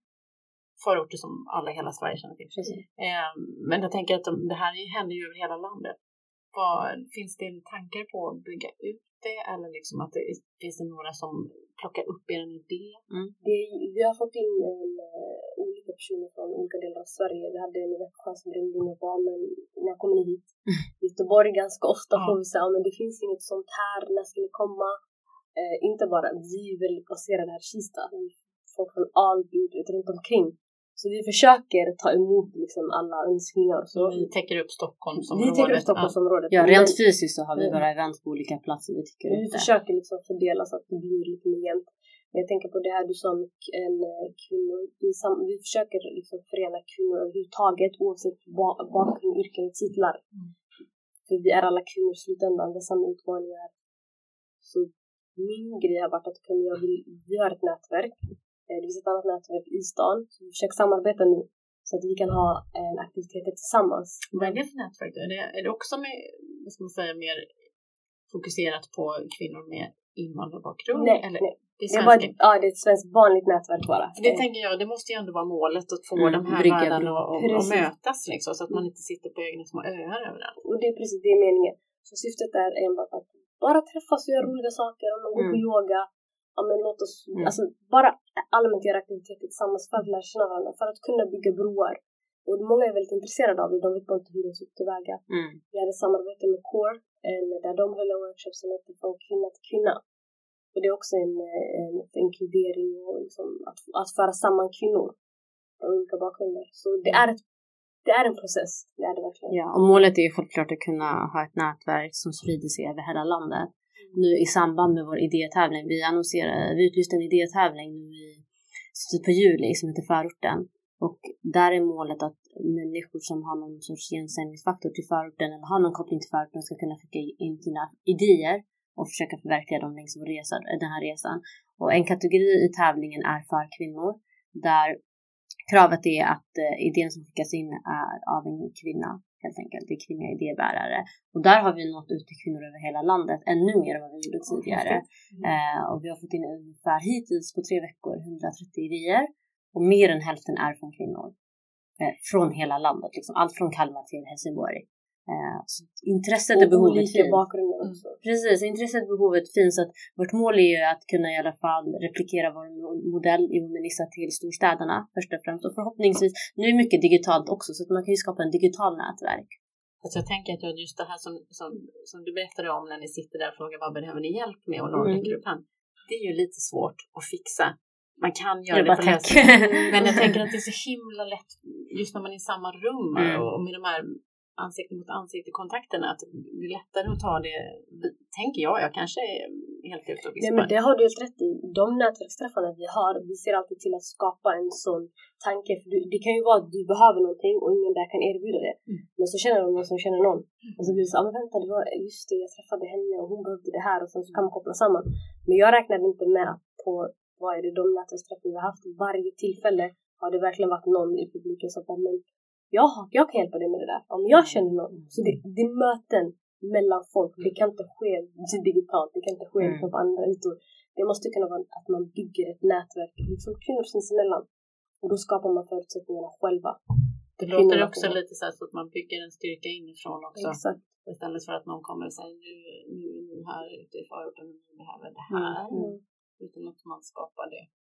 Förorter som alla i hela Sverige känner till. Eh, men jag tänker att de, det här händer ju över hela landet. Vad, finns det tankar på att bygga ut det? Eller liksom att det, finns det några som plockar upp er en idé? Mm. Det, vi har fått in en, uh, olika personer från olika delar av Sverige. Vi hade en Växjö som ringde in och bara, men när kommer ni hit? Mm. Göteborg ganska ofta får vi säga, men det finns inget sånt här, när ska ni komma? Eh, inte bara, vi är väldigt baserade här i Kista. Folk från Alby, runt omkring. Så vi försöker ta emot liksom alla önskningar. Så vi täcker upp Stockholmsområdet. Vi täcker upp Stockholmsområdet. Ja, rent fysiskt så har vi våra event på olika platser. Vi, tycker vi försöker liksom fördela så att det blir lite mer jämnt. Men jag tänker på det här du sa med en kvinnor. Vi, sam- vi försöker liksom förena kvinnor överhuvudtaget, oavsett ba- bakgrund, yrken och titlar. Mm. För vi är alla kvinnor i slutändan. Det är samma utmaningar. Så min grej har varit att jag vill, vi har ett nätverk. Det finns ett annat nätverk i stan. Så vi försöker samarbeta nu. Så att vi kan ha en aktivitet tillsammans. Vad är det för nätverk? Är det, är det också med, vad ska man säga, mer fokuserat på kvinnor med invandrarbakgrund? Nej, eller? nej. Det är, det är bara, ja, det är ett svenskt vanligt nätverk bara. Det eh. tänker jag, det måste ju ändå vara målet att få mm, de här världarna att mötas liksom. Så att man inte sitter på egna små öar överallt. Och det är precis det meningen. Så syftet är enbart att bara träffas och göra roliga saker. Om man går på mm. yoga. Ja, men låt oss, mm. alltså, bara allmänt göra aktiviteter tillsammans för att lära känna varandra. För att kunna bygga broar. Och många är väldigt intresserade av det. De vet bara inte hur de ska tillväga. Mm. Vi hade samarbete med Core. Där de höll workshops som heter Från kvinna till kvinna. Och det är också en, en inkludering och liksom att, att föra samman kvinnor från olika bakgrunder. Så det är ett Det är en process, det är det verkligen. Ja, och målet är ju självklart att kunna ha ett nätverk som sprider sig över hela landet. Mm. Nu i samband med vår idétävling, vi annonserade, vi utlyste en idétävling nu i slutet på juli som heter Förorten. Och där är målet att människor som har någon sorts igensändningsfaktor till förorten eller har någon koppling till förorten ska kunna skicka in sina idéer och försöka förverkliga dem längs vår resa, den här resan. Och en kategori i tävlingen är för kvinnor, där kravet är att eh, idén som skickas in är av en kvinna, helt enkelt. Det är kvinnliga idébärare. Och där har vi nått ut till kvinnor över hela landet, ännu mer än vad vi gjorde tidigare. Mm. Eh, och vi har fått in ungefär hittills på tre veckor hundratrettio idéer. Och mer än hälften är från kvinnor. Eh, från hela landet, liksom. Allt från Kalmar till Helsingborg. Eh, så intresset och behovet finns. Också. Precis, intresset och behovet finns. Att vårt mål är ju att kunna i alla fall replikera vår modell i Womanissa till storstäderna först och främst. Och förhoppningsvis, nu är det mycket digitalt också, så att man kan ju skapa en digital nätverk. Alltså jag tänker att just det här som, som, som du berättade om när ni sitter där och frågar vad behöver ni hjälp med och någon räcker upp hand. Det är ju lite svårt att fixa. Man kan göra det, det på läs. Men jag tänker att det är så himla lätt just när man är i samma rum mm. och med de här ansikte mot ansikte kontakterna, att det är lättare att ta det, tänker jag, jag kanske är helt ute och Nej, men det har du helt rätt i. De nätverksträffarna vi har, vi ser alltid till att skapa en sån tanke, för du, det kan ju vara att du behöver någonting och ingen där kan erbjuda det, mm. men så känner någon som känner någon mm. och så blir det så, ah, men vänta, det var just det, jag träffade henne och hon behövde det här, och sen så kan man koppla samman. Men jag räknade inte med att på, vad är det, de nätverksträffar vi har haft, varje tillfälle har det verkligen varit någon i publiken som bara, men Ja, jag kan hjälpa dig med det där. Om jag känner någon. Så det, det är möten mellan folk. Det kan inte ske digitalt. Det kan inte ske mm. på andra ytor. Det måste kunna vara att man bygger ett nätverk. Liksom kvinnor sinsemellan. Och då skapar man förutsättningarna själva. Det låter också lite så, så att man bygger en styrka inifrån också. Exakt. Istället för att någon kommer och säger nu, nu är ni här ute i förorten och ni behöver det här. Mm. Utan att man skapar det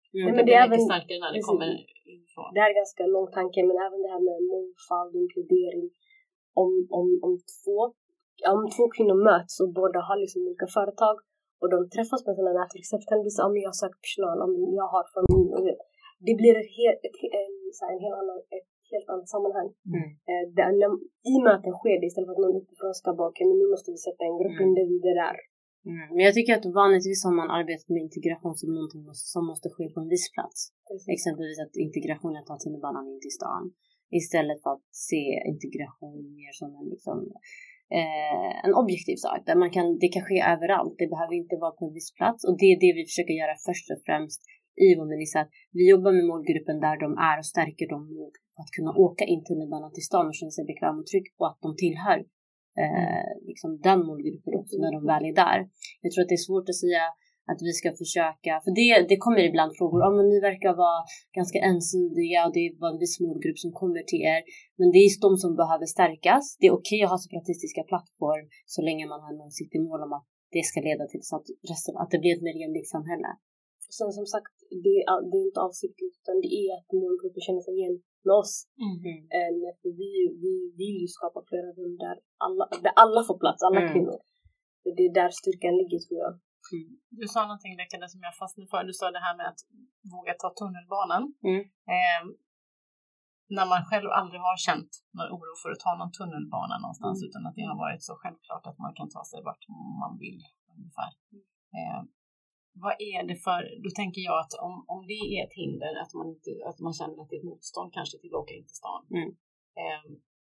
Mm. Det, det är även starkare när det precis, kommer ifrån. Det här är ganska lång tanke, men även det här med mångfald och inkludering. Om, om, om, två, om två kvinnor möts och båda har liksom olika företag och de träffas med sådana nätverk, exempelvis om jag söker personal, om jag har familj, och det, det blir ett, helt, ett, en, så här, en helt annan, ett helt annat sammanhang. Mm. Eh, där, när, I möten sker det istället för att någon utifrån ska baka, men nu måste vi sätta en grupp mm. individer där. Mm. Men jag tycker att vanligtvis har man arbetat med integration som någonting som måste ske på en viss plats. Precis. Exempelvis att integrationen tar tunnelbanan in till stan. Istället för att se integration mer som en, liksom, eh, en objektiv sak. Där man kan, det kan ske överallt. Det behöver inte vara på en viss plats. Och det är det vi försöker göra först och främst i Womenisa. Vi jobbar med målgruppen där de är och stärker dem nog att kunna åka in tunnelbanan till stan och känna sig bekväm och trygg och att de tillhör eh, liksom den målgruppen också när de väl är där. Jag tror att det är svårt att säga att vi ska försöka, för det, det kommer ibland frågor om ja, ni verkar vara ganska ensidiga och det var en viss målgrupp som kommer till er, men det är just de som behöver stärkas. Det är okej att ha separatistiska plattform så länge man har någon sitt mål om att det ska leda till så att, resten, att det blir ett mer jämlikt samhälle. Sen som sagt, det är, det är inte avsiktligt utan det är att målgruppen känner sig igen med oss. Mm. Än, för vi, vi vill ju skapa flera rum där alla, där alla får plats, alla mm. kvinnor. För det är där styrkan ligger, tror jag. Mm. Du sa någonting där som jag fastnade för. Du sa det här med att våga ta tunnelbanan. Mm. Eh, när man själv aldrig har känt någon oro för att ta någon tunnelbana någonstans mm. utan att det har varit så självklart att man kan ta sig vart man vill ungefär. Eh, vad är det för, då tänker jag att om, om det är ett hinder att man, inte, att man känner att det är ett motstånd kanske till att åka in till stan. Mm. Eh,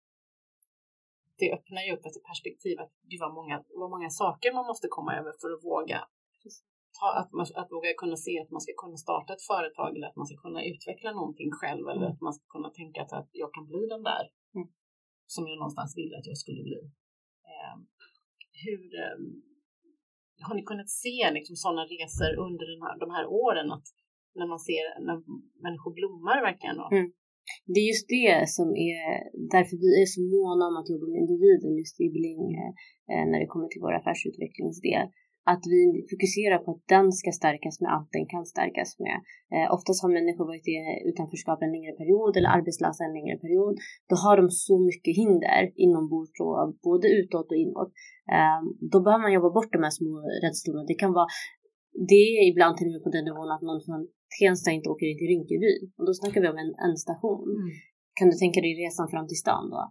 det öppnar ju upp ett perspektiv att det var många, var många saker man måste komma över för att våga ta, att, man, att våga kunna se att man ska kunna starta ett företag eller att man ska kunna utveckla någonting själv eller att man ska kunna tänka att, att jag kan bli den där mm. som jag någonstans ville att jag skulle bli. Eh, hur eh, har ni kunnat se liksom sådana resor under den här, de här åren att när man ser när människor blommar verkligen då? Mm. Det är just det som är därför vi är så måna om att jobba med individen just i Bling eh, när det kommer till vår affärsutvecklingsdel. Att vi fokuserar på att den ska stärkas med allt den kan stärkas med. Eh, oftast har människor varit i utanförskap en längre period eller arbetslösa en längre period. Då har de så mycket hinder inombords och både utåt och inåt. Eh, då behöver man jobba bort de här små rädslorna. Det kan vara, det är ibland till och med på den nivån att någon från Tensta inte åker in till Rinkeby. Och då snackar vi om en, en station. Mm. Kan du tänka dig resan fram till stan då?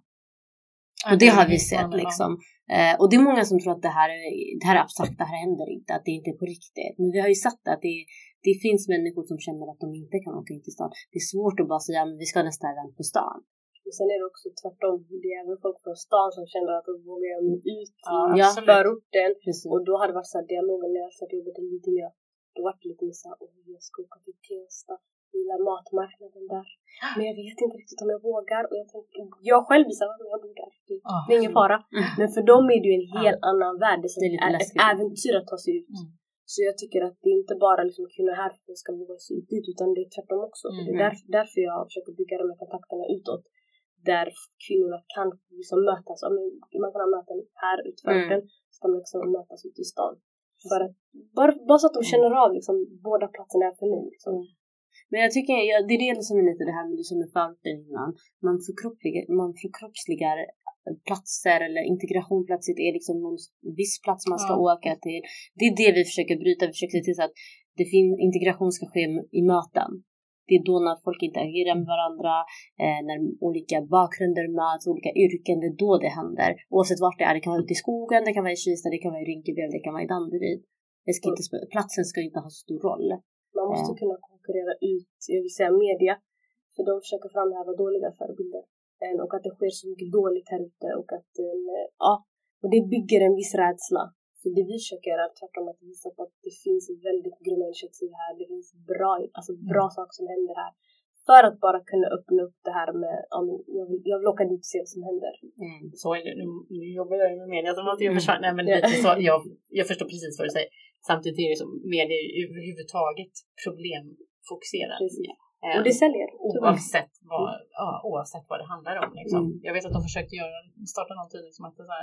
Ja, och det, det har vi sett liksom. Eh, och det är många som tror att det här, det här är abstrakt, det här händer inte. Att det inte är på riktigt. Men vi har ju sett att det, det finns människor som känner att de inte kan åka in till stan. Det är svårt att bara säga att vi ska nästa event på stan. Men sen är det också tvärtom. Det är även folk från stan som känner att de vågar ut ja, i förorten. Precis. Och då har det varit så här dialogen när jag satt jobbet lite mer. Då var det lite så här, åh jag ska åka till Tensta. Gillar matmarknaden där. Men jag vet inte riktigt om jag vågar. Och jag tänker, jag själv visar att jag bor där. Det oh. är ingen fara. Mm. Men för dem är det ju en helt oh. annan värld. Det är, är ett äventyr att ta sig ut. Mm. Så jag tycker att det är inte bara liksom kvinnor här för att ska våga sig ut dit. Utan det är tvärtom också. Mm. Det är därför, därför jag försöker bygga de här kontakterna utåt. Där kvinnorna kan liksom mötas. Man kan ha möten här utför den. Mm. Så kan man liksom mötas ute i stan. Bara, bara, bara så att de känner av liksom, båda platserna är för mig. Liksom. Men jag tycker, ja, det är det som är lite det här med du som är förorten innan. Man förkroppsligar, man förkroppsligar platser eller integration plötsligt är liksom någon viss plats man ska ja. åka till. Det är det vi försöker bryta. Vi försöker se till så att det fin- integration ska ske i möten. Det är då när folk interagerar med varandra, eh, när olika bakgrunder möts, olika yrken, det är då det händer. Oavsett vart det är, det kan vara ute i skogen, det kan vara i Kista, det kan vara i Rinkeby, det kan vara i Danderyd. Det ska inte, platsen ska inte ha så stor roll. Man måste eh. kunna konkurrera ut, jag vill säga media, för de försöker framhäva dåliga förebilder. Eh, och att det sker så mycket dåligt här ute och att, eh, ja, och det bygger en viss rädsla. Så det vi försöker göra är tvärtom att visa på att det finns väldigt grymma initiativ här. Det finns bra, alltså bra mm. saker som händer här. För att bara kunna öppna upp det här med, um, jag, vill, jag vill åka dit och se vad som händer. Mm. Så är det, nu, nu jobbar jag ju med media, så måste jag försvara. Nej, men lite så, jag, jag förstår precis vad du säger. Samtidigt är det som media överhuvudtaget problemfokuserat. Um, och det säljer. Oavsett vad, ja, oavsett vad det handlar om. Liksom. Mm. Jag vet att de försökte göra, starta någon tidning som hette så här,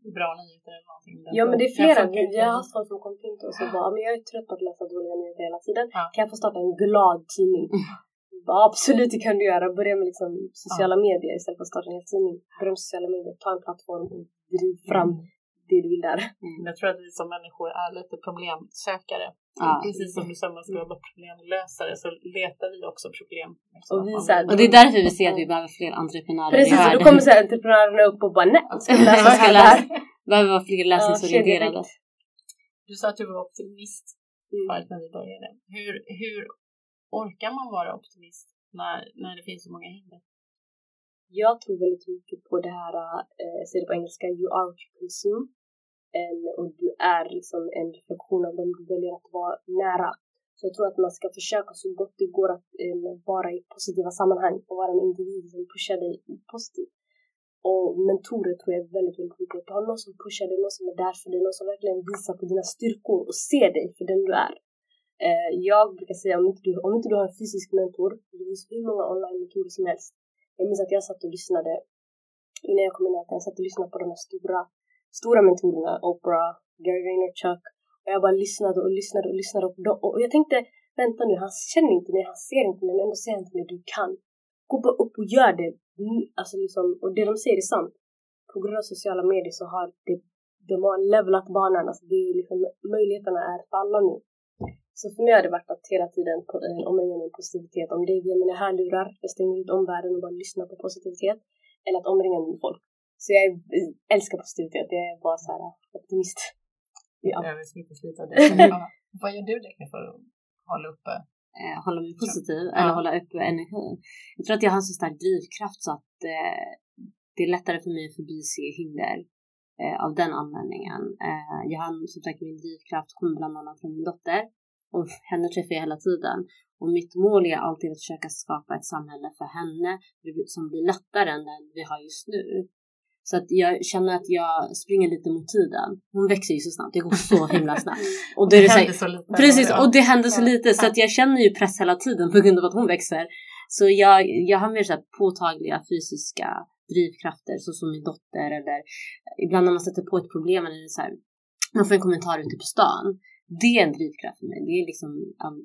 bra nyheter eller någonting. Ja, men det är flera. Jag har haft folk som kom till oss och bara, men jag är trött på att läsa dåliga nyheter hela tiden. Ja. Kan jag få starta en glad tidning? Ja, absolut, det kan du göra. Börja med liksom sociala ja. medier istället för att starta en hel tidning. Börja med sociala medier, ta en plattform och driv fram mm. det du vill där. Mm. Jag tror att vi som människor är lite problemsökare. Ja. Precis som du sa, man ska vara problemlösare, så letar vi också problem. Och, vi, så här, och det är därför vi ser att vi behöver fler entreprenörer. Precis, och då kommer så här, entreprenörerna upp och bara, nej, ska vi läsa ska läsa. Behöver vara fler läsningsorienterade. Ja, du sa att du var optimist mm. när vi började. Hur, hur orkar man vara optimist när, när det finns så många hinder? Jag tror väldigt mycket på det här, eh, jag säger det på engelska, you are what you consume. En, och du är liksom en reflektion av dem du väljer att vara nära. Så jag tror att man ska försöka så gott det går att eh, vara i positiva sammanhang och vara en individ som pushar dig positivt. Och mentorer tror jag är väldigt, väldigt viktigt. Du har någon som pushar dig, någon som är där för dig, någon som verkligen visar på dina styrkor och ser dig för den du är. Eh, jag brukar säga, om inte, du, om inte du har en fysisk mentor, det finns hur många online-mentorer som helst. Jag minns att jag satt och lyssnade, innan jag kom in här, jag satt och lyssnade på de här stora Stora mentorerna, Oprah, Gary Vaynerchuk. Och jag bara lyssnade och lyssnade och lyssnade. Och, och, och jag tänkte, vänta nu, han känner inte mig, han ser inte mig, men ändå säger han till mig, du kan. Gå bara upp och gör det. Alltså liksom, och det de säger är sant. På grund av sociala medier så har det, de har levlat banan. Alltså det är liksom, möjligheterna är för alla nu. Så för mig har det varit att hela tiden på, om jag gör positivitet. Om det är via mina hörlurar, jag stänger ut omvärlden och bara lyssnar på positivitet. Eller att omringa med folk. Så jag älskar positivitet. Jag är bara så här optimist. Ja. Jag vill smittas lite av det. Vad gör du Leka för att hålla uppe? Eh, hålla mig positiv ja. Eller hålla uppe energin. Jag tror att jag har en så stark drivkraft så att eh, det är lättare för mig att förbise hinder eh, av den användningen. Eh, jag har som sagt min drivkraft kommer bland annat från min dotter. Och henne träffar jag hela tiden. Och mitt mål är alltid att försöka skapa ett samhälle för henne som blir lättare än den vi har just nu. Så att jag känner att jag springer lite mot tiden. Hon växer ju så snabbt. Det går så himla snabbt. Och det, det är så, så lite. Precis, och det händer så lite. Så att jag känner ju press hela tiden på grund av att hon växer. Så jag, jag har mer så här påtagliga fysiska drivkrafter. Så som min dotter. Eller ibland när man sätter på ett problem. Eller så här, man får en kommentar ute på stan. Det är en drivkraft för mig. Det är liksom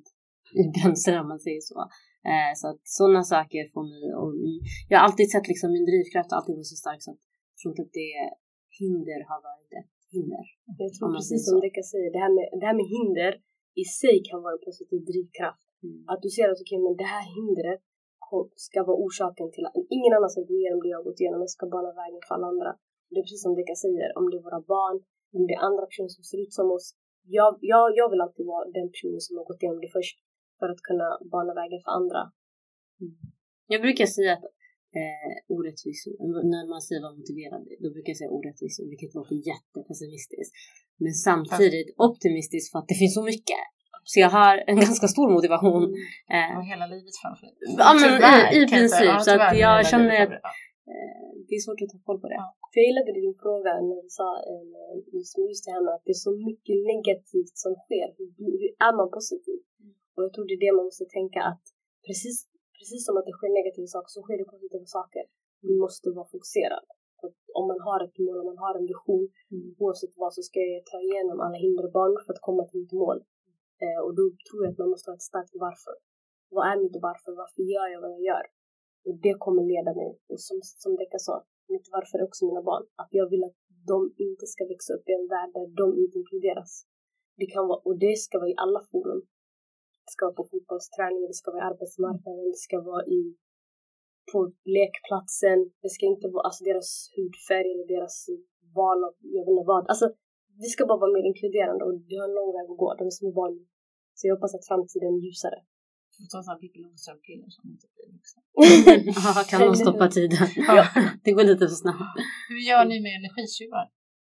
i gränser om man säger så. Eh, så att sådana saker får mig. Och jag har alltid sett liksom min drivkraft alltid var så stark så att jag tror inte att det hinder har varit ett hinder. Jag tror precis som Deka säger, det här, med, det här med hinder i sig kan vara en positiv drivkraft. Mm. Att du ser att okay, men det här hindret ska vara orsaken till att ingen annan ska gå igenom det jag har gått igenom. Jag ska bana vägen för alla andra. Det är precis som Deka säger, om det är våra barn, om det är andra personer som ser ut som oss. Jag, jag, jag vill alltid vara den personen som har gått igenom det först för att kunna bana vägen för andra. Mm. Jag brukar säga att Eh, orättvisor. När man säger vara motiverad, då brukar jag säga orättvisor, vilket låter jättepessimistiskt. Men samtidigt optimistiskt för att det finns så mycket. Så jag har en ganska stor motivation. Eh, och hela livet framför dig. Ja, men i, i princip. Ja, så att jag känner att eh, det är svårt att ta koll på det. Ja. För jag gillade din fråga när du sa eh, just, just det här med att det är så mycket negativt som sker. Hur, hur är man positiv? Mm. Och jag tror det är det man måste tänka att precis Precis som att det sker negativa saker så sker det positiva saker. Du måste vara fokuserad. Om man har ett mål, om man har en vision, mm. oavsett vad så ska jag ta igenom alla hinder och banor för att komma till mitt mål. Eh, och då tror jag att man måste ha ett starkt varför. Vad är mitt varför? Varför gör jag vad jag gör? Och det kommer leda mig. Och som, som Deka sa, mitt varför är också mina barn. Att jag vill att de inte ska växa upp i en värld där de inte inkluderas. Det kan vara, och det ska vara i alla forum. Det ska vara på fotbollsträning, det ska vara i arbetsmarknaden, det ska vara i, på lekplatsen. Det ska inte vara alltså, deras hudfärg eller deras val av, jag vet inte vad. Alltså, vi ska bara vara mer inkluderande och vi har en lång väg att gå. De är små barn. Så jag hoppas att framtiden är ljusare. Du tar sådana Pippi Långstrump-killar som inte blir vuxna. Ja, kan man stoppa tiden? Ja, det går lite för snabbt. Hur gör ni med energitjuvar?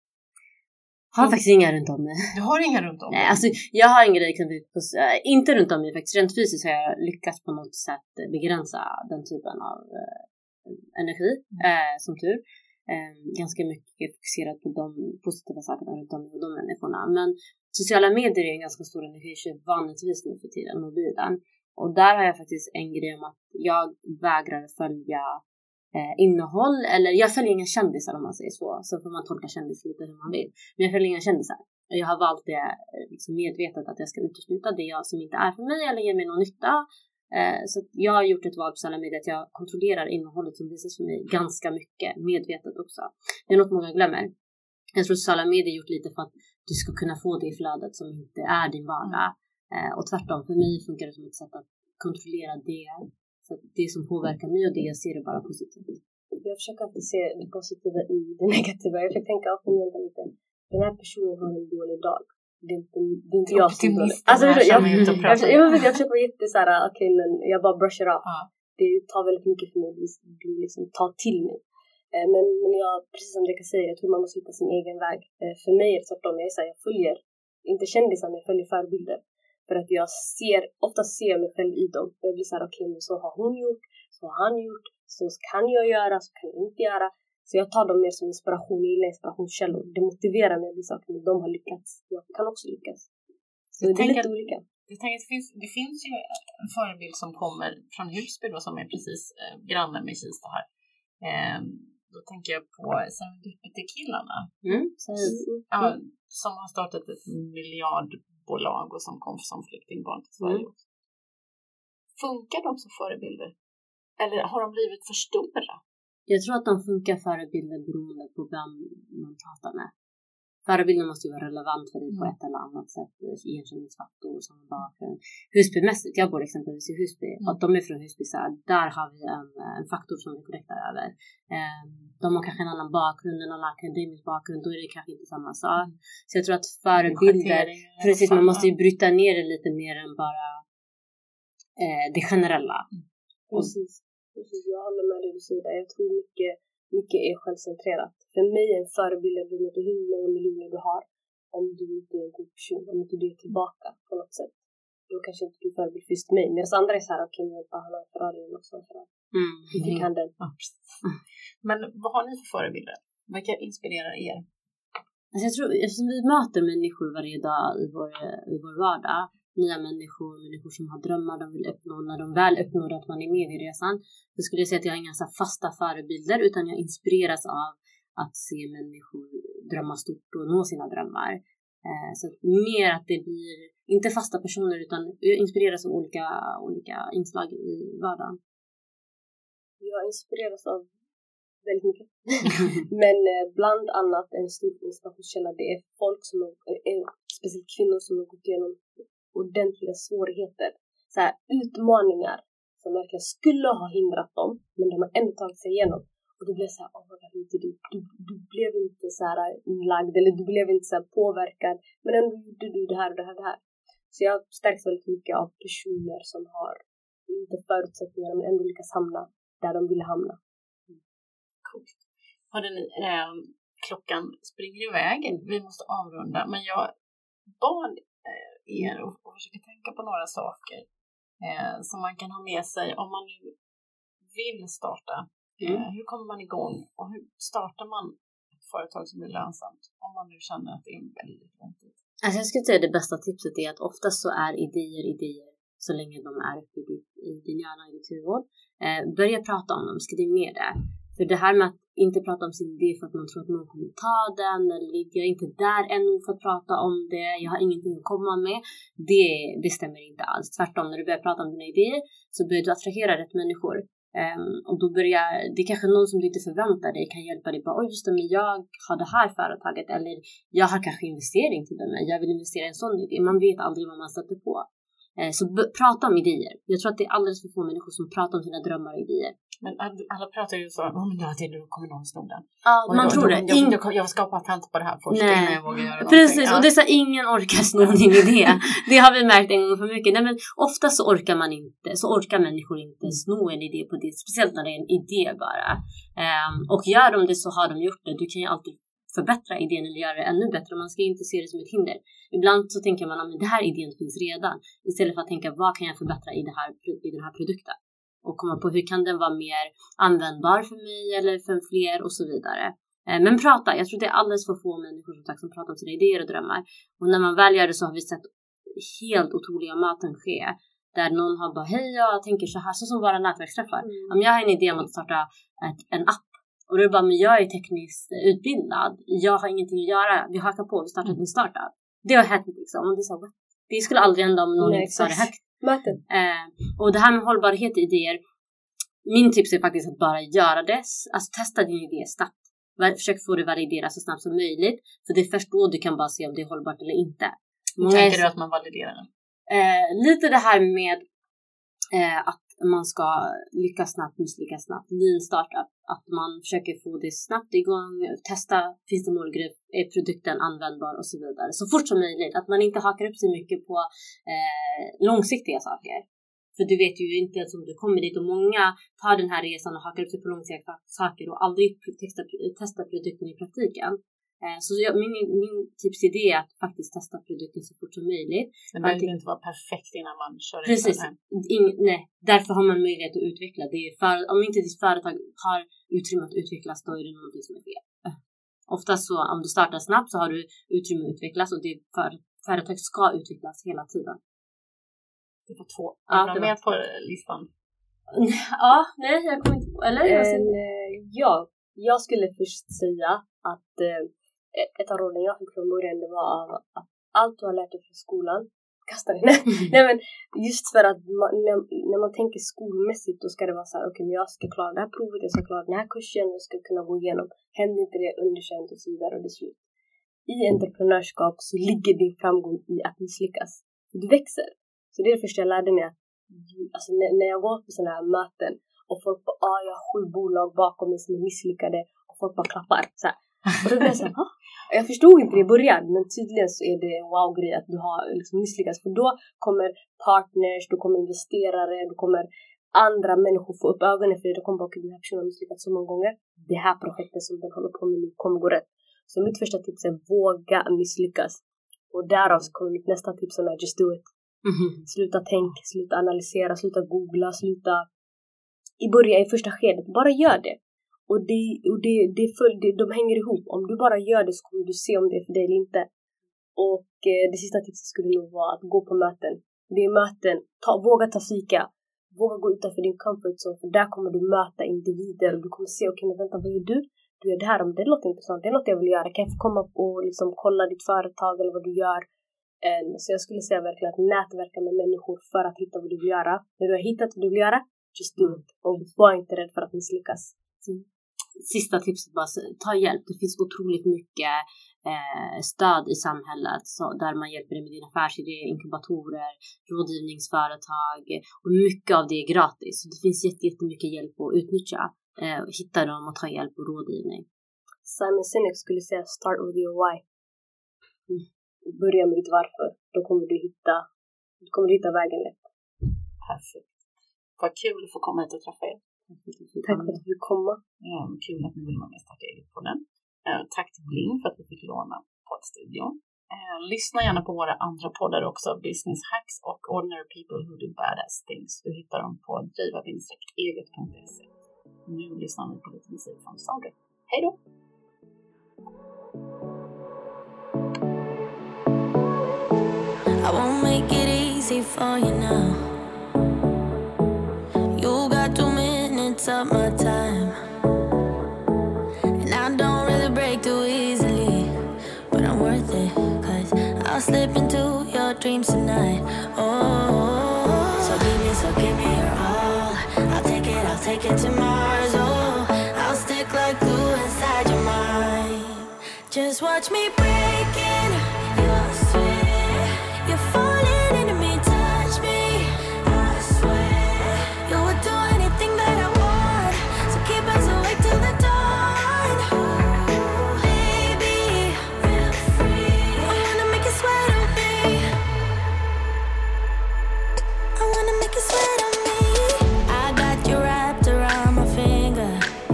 Jag har faktiskt inga runt om mig. Du har inga runt om dig? Nej, alltså jag har en grej, äh, inte runt om mig faktiskt. Rent fysiskt har jag lyckats på något sätt begränsa den typen av äh, energi, äh, som tur. Äh, ganska mycket fokuserat på de positiva sakerna runt om mig och de människorna. Men sociala medier är en ganska stor energitjuv vanligtvis nu för tiden, mobilen. Och där har jag faktiskt en grej om att jag vägrar följa eh, innehåll. Eller jag följer inga kändisar om man säger så. Så får man tolka kändis lite hur man vill. Men jag följer inga kändisar. Jag har valt det liksom medvetet att jag ska utesluta det jag som inte är för mig eller ger mig någon nytta. Eh, så jag har gjort ett val på sociala medier att jag kontrollerar innehållet som visas för mig ganska mycket medvetet också. Det är något många glömmer. Jag tror sociala medier gjort lite för att du ska kunna få det i flödet som inte är din vardag. Eh, och tvärtom, för mig funkar det som ett sätt att kontrollera det. Så att det som påverkar mig och det jag ser är bara positivt. Jag försöker alltid se det positiva i det negativa. Jag försöker tänka och fundera lite. Den här personen har en dålig dag. Det är inte, det är inte jag som är dålig. Alltså, jag, jag, jag, jag, jag, jag försöker vara jätte såhär, okej okay, men jag bara brushar off. Ja. Det tar väldigt mycket för mig att bli liksom, ta till mig. Men, men jag, precis som det kan säga, jag tror man måste hitta sin egen väg. För mig är det tvärtom, jag, jag följer, inte kändisar, men jag följer förebilder. För att jag ser, ofta ser jag mig själv i dem. Jag blir såhär, okej okay, så har hon gjort, så har han gjort, så kan jag göra, så kan jag inte göra. Så jag tar dem mer som inspiration, jag gillar inspirationskällor. Det motiverar mig att bli saker, men de har lyckats. Jag kan också lyckas. Så jag det är lite olika. Jag tänker, det, finns, det finns ju en förebild som kommer från Husby då, som är precis eh, grannen med Kista här. Eh, då tänker jag på Serendipity-killarna. Mm. Ja, som har startat ett miljardbolag och som kom som flyktingbarn till Sverige. Mm. Funkar de som förebilder? Eller har de blivit för stora? Jag tror att de funkar förebilder beroende på vem man pratar med. Förebilden måste ju vara relevant för dig på ett eller annat sätt. Igenkänningsfaktor, samma bakgrund. Husbymässigt, jag bor exempelvis i Husby. Mm. Att de är från Husby, så här, där har vi en, en faktor som vi korrektar över. Eh, de har kanske en annan bakgrund, en annan akademisk bakgrund. Då är det kanske inte samma sak. Mm. Så jag tror att förebilder, precis, man måste ju bryta ner det lite mer än bara eh, det generella. Mm. Precis. Precis, jag håller med dig du säger. Jag tror mycket, mycket är självcentrerat. För mig är en förebild att du vet hur många miljoner du har. Om du inte är en god person, om inte du är tillbaka på något sätt. Då kanske inte du är förebild för just mig. Men andra är så här, okej, okay, han har en Ferrari och också en Ferrari. Mm. Hur fick han den? Ja, mm. Men vad har ni för förebilder? Vad kan inspirera er? Alltså jag tror, eftersom vi möter människor varje dag i vår, i vår vardag. Nya människor, människor som har drömmar de vill uppnå. När de väl uppnår att man är med i resan. Så skulle jag säga att jag har inga så fasta förebilder. Utan jag inspireras av att se människor drömma stort och nå sina drömmar. Eh, så mer att det blir, inte fasta personer utan inspireras av olika, olika inslag i vardagen. Jag inspireras av väldigt mycket. Men eh, bland annat en stor inspirationskälla, det är folk som är, är speciellt kvinnor som har gått igenom ordentliga svårigheter. Så här, utmaningar som verkligen skulle ha hindrat dem, men de har ändå tagit sig igenom. Och det blev så här, åh vad inte du, du, du blev inte så här inlagd eller du blev inte så här påverkad, men ändå gjorde du det här och det här och det här. Så jag stärks väldigt mycket av personer som har inte förutsättningar men ändå lyckas hamna där de ville hamna. Mm. Coolt. Hörde ni, eh, klockan springer iväg. Vi måste avrunda, men jag bad eh, er och, och försöka tänka på några saker eh, som man kan ha med sig om man nu vill starta. Mm. Eh, hur kommer man igång och hur startar man ett företag som är lönsamt om man nu känner att det är väldigt lång tid? Alltså jag skulle säga att det bästa tipset är att oftast så är idéer idéer så länge de är uppe i, i din hjärna, i ditt huvud. Eh, börja prata om dem, skriv ner det. För det här med att inte prata om sin idé för att man tror att någon kommer ta den eller jag är inte där ännu för att prata om det, jag har ingenting att komma med. Det, det stämmer inte alls. Tvärtom, när du börjar prata om dina idéer så börjar du attrahera rätt människor. Um, och då börjar, det är kanske någon som du inte förväntar dig kan hjälpa dig. Bara, oj just det, men jag har det här företaget eller jag har kanske investering till det, men jag vill investera i en sån idé. Man vet aldrig vad man sätter på. Uh, så b- prata om idéer. Jag tror att det är alldeles för få människor som pratar om sina drömmar och idéer. Men alla pratar ju så, oh, men jag till kommer någon sno den. Ja, och man då, tror då, det. Jag, jag, jag, jag ska ha patent på det här först innan jag vågar göra någonting. Precis, ja. Och det är så ingen orkar sno din idé. Det har vi märkt en gång för mycket. Nej, men ofta så orkar man inte, så orkar människor inte sno en idé på det. Speciellt när det är en idé bara. Um, och gör de det så har de gjort det. Du kan ju alltid förbättra idén eller göra det ännu bättre. Man ska inte se det som ett hinder. Ibland så tänker man att det här idén finns redan. Istället för att tänka, vad kan jag förbättra i, det här, i den här produkten? Och komma på hur kan den vara mer användbar för mig eller för fler och så vidare. Men prata, jag tror det är alldeles för få människor som, sagt, som pratar om sina idéer och drömmar. Och när man väl gör det så har vi sett helt otroliga möten ske. Där någon har bara, hej jag tänker så här, så som våra nätverksträffar. Mm. Om jag har en idé om att starta ett, en app. Och då är det bara, men jag är tekniskt utbildad. Jag har ingenting att göra. Vi hakar på, vi startar mm. en startup. Det har hänt liksom. Och det, är så, det skulle aldrig hända om någon inte sa det högt. Eh, och det här med hållbarhet i idéer. Min tips är faktiskt att bara göra det. Alltså testa din idé snabbt. Försök få det validera så snabbt som möjligt. För det är först då du kan bara se om det är hållbart eller inte. Hur tänker du att man validerar det? Eh, lite det här med eh, att man ska lyckas snabbt, misslyckas snabbt. Lean startup. Att man försöker få det snabbt igång. Testa, finns det målgrupp? Är produkten användbar? Och så vidare. Så fort som möjligt. Att man inte hakar upp sig mycket på eh, långsiktiga saker. För du vet ju inte ens om du kommer dit. Och många tar den här resan och hakar upp sig på långsiktiga saker. Och aldrig testa, testa produkten i praktiken. Eh, så jag, min, min tips idé är att faktiskt testa produkten så fort som möjligt. Det behöver inte vara perfekt innan man kör. Precis. In, nej, därför har man möjlighet att utveckla. Det är för, om inte ditt företag har utrymme att utvecklas, då är det någonting som är fel. Oftast så, om du startar snabbt så har du utrymme att utvecklas. Och det för, företag ska utvecklas hela tiden. Det var två. Ja, det var med på listan. Ja, nej, jag kommer inte på. Eller? En, ja, jag skulle först säga att eh, ett av råden jag fick från början, det var att allt du har lärt dig från skolan, kasta det. Nej, nej men just för att man, när, när man tänker skolmässigt, då ska det vara så här, okej, okay, jag ska klara det här provet, jag ska klara den här kursen, jag ska kunna gå igenom. Händer inte det, underkänt och så vidare, och det är slut. I entreprenörskap så ligger din framgång i att misslyckas. Du växer. Så det är det första jag lärde mig. Att, alltså när, när jag går på sådana här möten och folk bara, ah, jag har sju bolag bakom mig som är misslyckade, och folk bara klappar. Så här. Och då blir jag så här, jag förstod inte det i början, men tydligen så är det en wow-grej att du har liksom misslyckats. För då kommer partners, då kommer investerare, då kommer andra människor få upp ögonen för det. Då kommer bara, den här personen har misslyckats så många gånger. Det här projektet som den håller på med nu kommer gå rätt. Så mitt första tips är våga misslyckas. Och därav så kommer mitt nästa tips som är just do it. Mm-hmm. Sluta tänka, sluta analysera, sluta googla, sluta i början, i första skedet, bara gör det. Och, det, och det, det, följ, det, de hänger ihop. Om du bara gör det så kommer du se om det är för dig eller inte. Och eh, det sista tipset skulle nog vara att gå på möten. Det är möten, ta, våga ta fika. Våga gå utanför din comfort zone. För där kommer du möta individer. Och du kommer se, okej, okay, vänta, vad gör du? Du gör det här, om det låter intressant. Det är något jag vill göra. Kan jag få komma och liksom kolla ditt företag eller vad du gör? Um, så jag skulle säga verkligen att nätverka med människor för att hitta vad du vill göra. När du har hittat vad du vill göra, just do it. Och var inte rädd för att misslyckas. Mm. Sista tipset, bara ta hjälp. Det finns otroligt mycket eh, stöd i samhället så, där man hjälper dig med dina affärsidéer, inkubatorer, rådgivningsföretag, och mycket av det är gratis. Så det finns jättemycket hjälp att utnyttja. Eh, hitta dem och ta hjälp och rådgivning. Simon Sinek skulle säga start with your why. Mm. Börja med ditt varför. Då kommer du hitta, du kommer hitta vägen lätt. Perfekt. Vad kul att få komma hit och träffa er. Tack för att du fick komma. Ja, kul att ni vill vara med och starta eget på den. Uh, tack till Bling för att vi fick låna poddstudion. Uh, lyssna gärna på våra andra poddar också. Business Hacks och Ordinary People Who Do Badass Things. Du hittar dem på driva eget punkt se. Nu lyssnar vi på lite musik från Sandra. Hej då! I won't make it easy for you now. You got two minutes of my time, and I don't really break too easily, but I'm worth it, cause I'll slip into your dreams tonight. Oh, so give me, so give me your all. I'll take it, I'll take it to Mars. Oh, I'll stick like glue inside your mind. Just watch me breaking your sweat. You're falling into me, touch me, I swear. You would do anything that I want, so keep us awake till the dawn. Ooh, baby, feel free. I wanna make you sweat on me. I wanna make you sweat on me. I got you wrapped around my finger,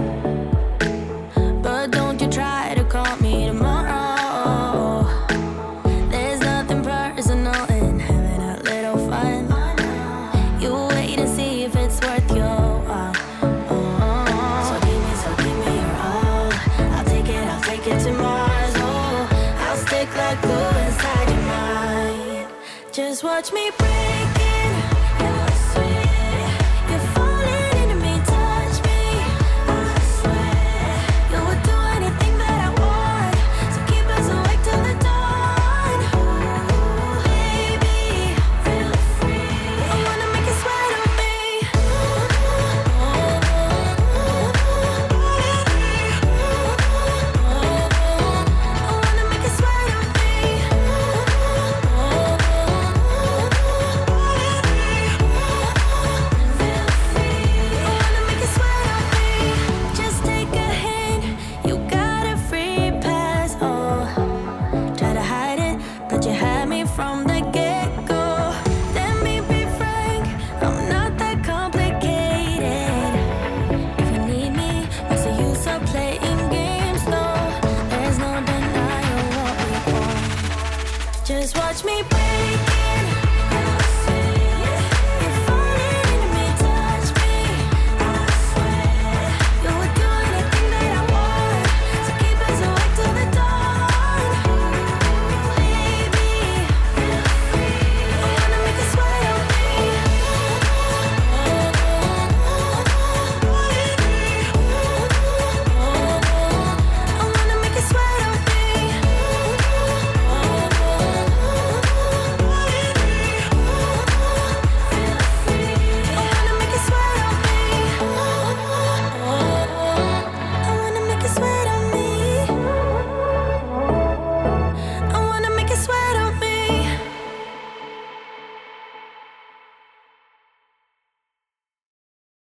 but don't you try to call me tomorrow. Just watch me breathe.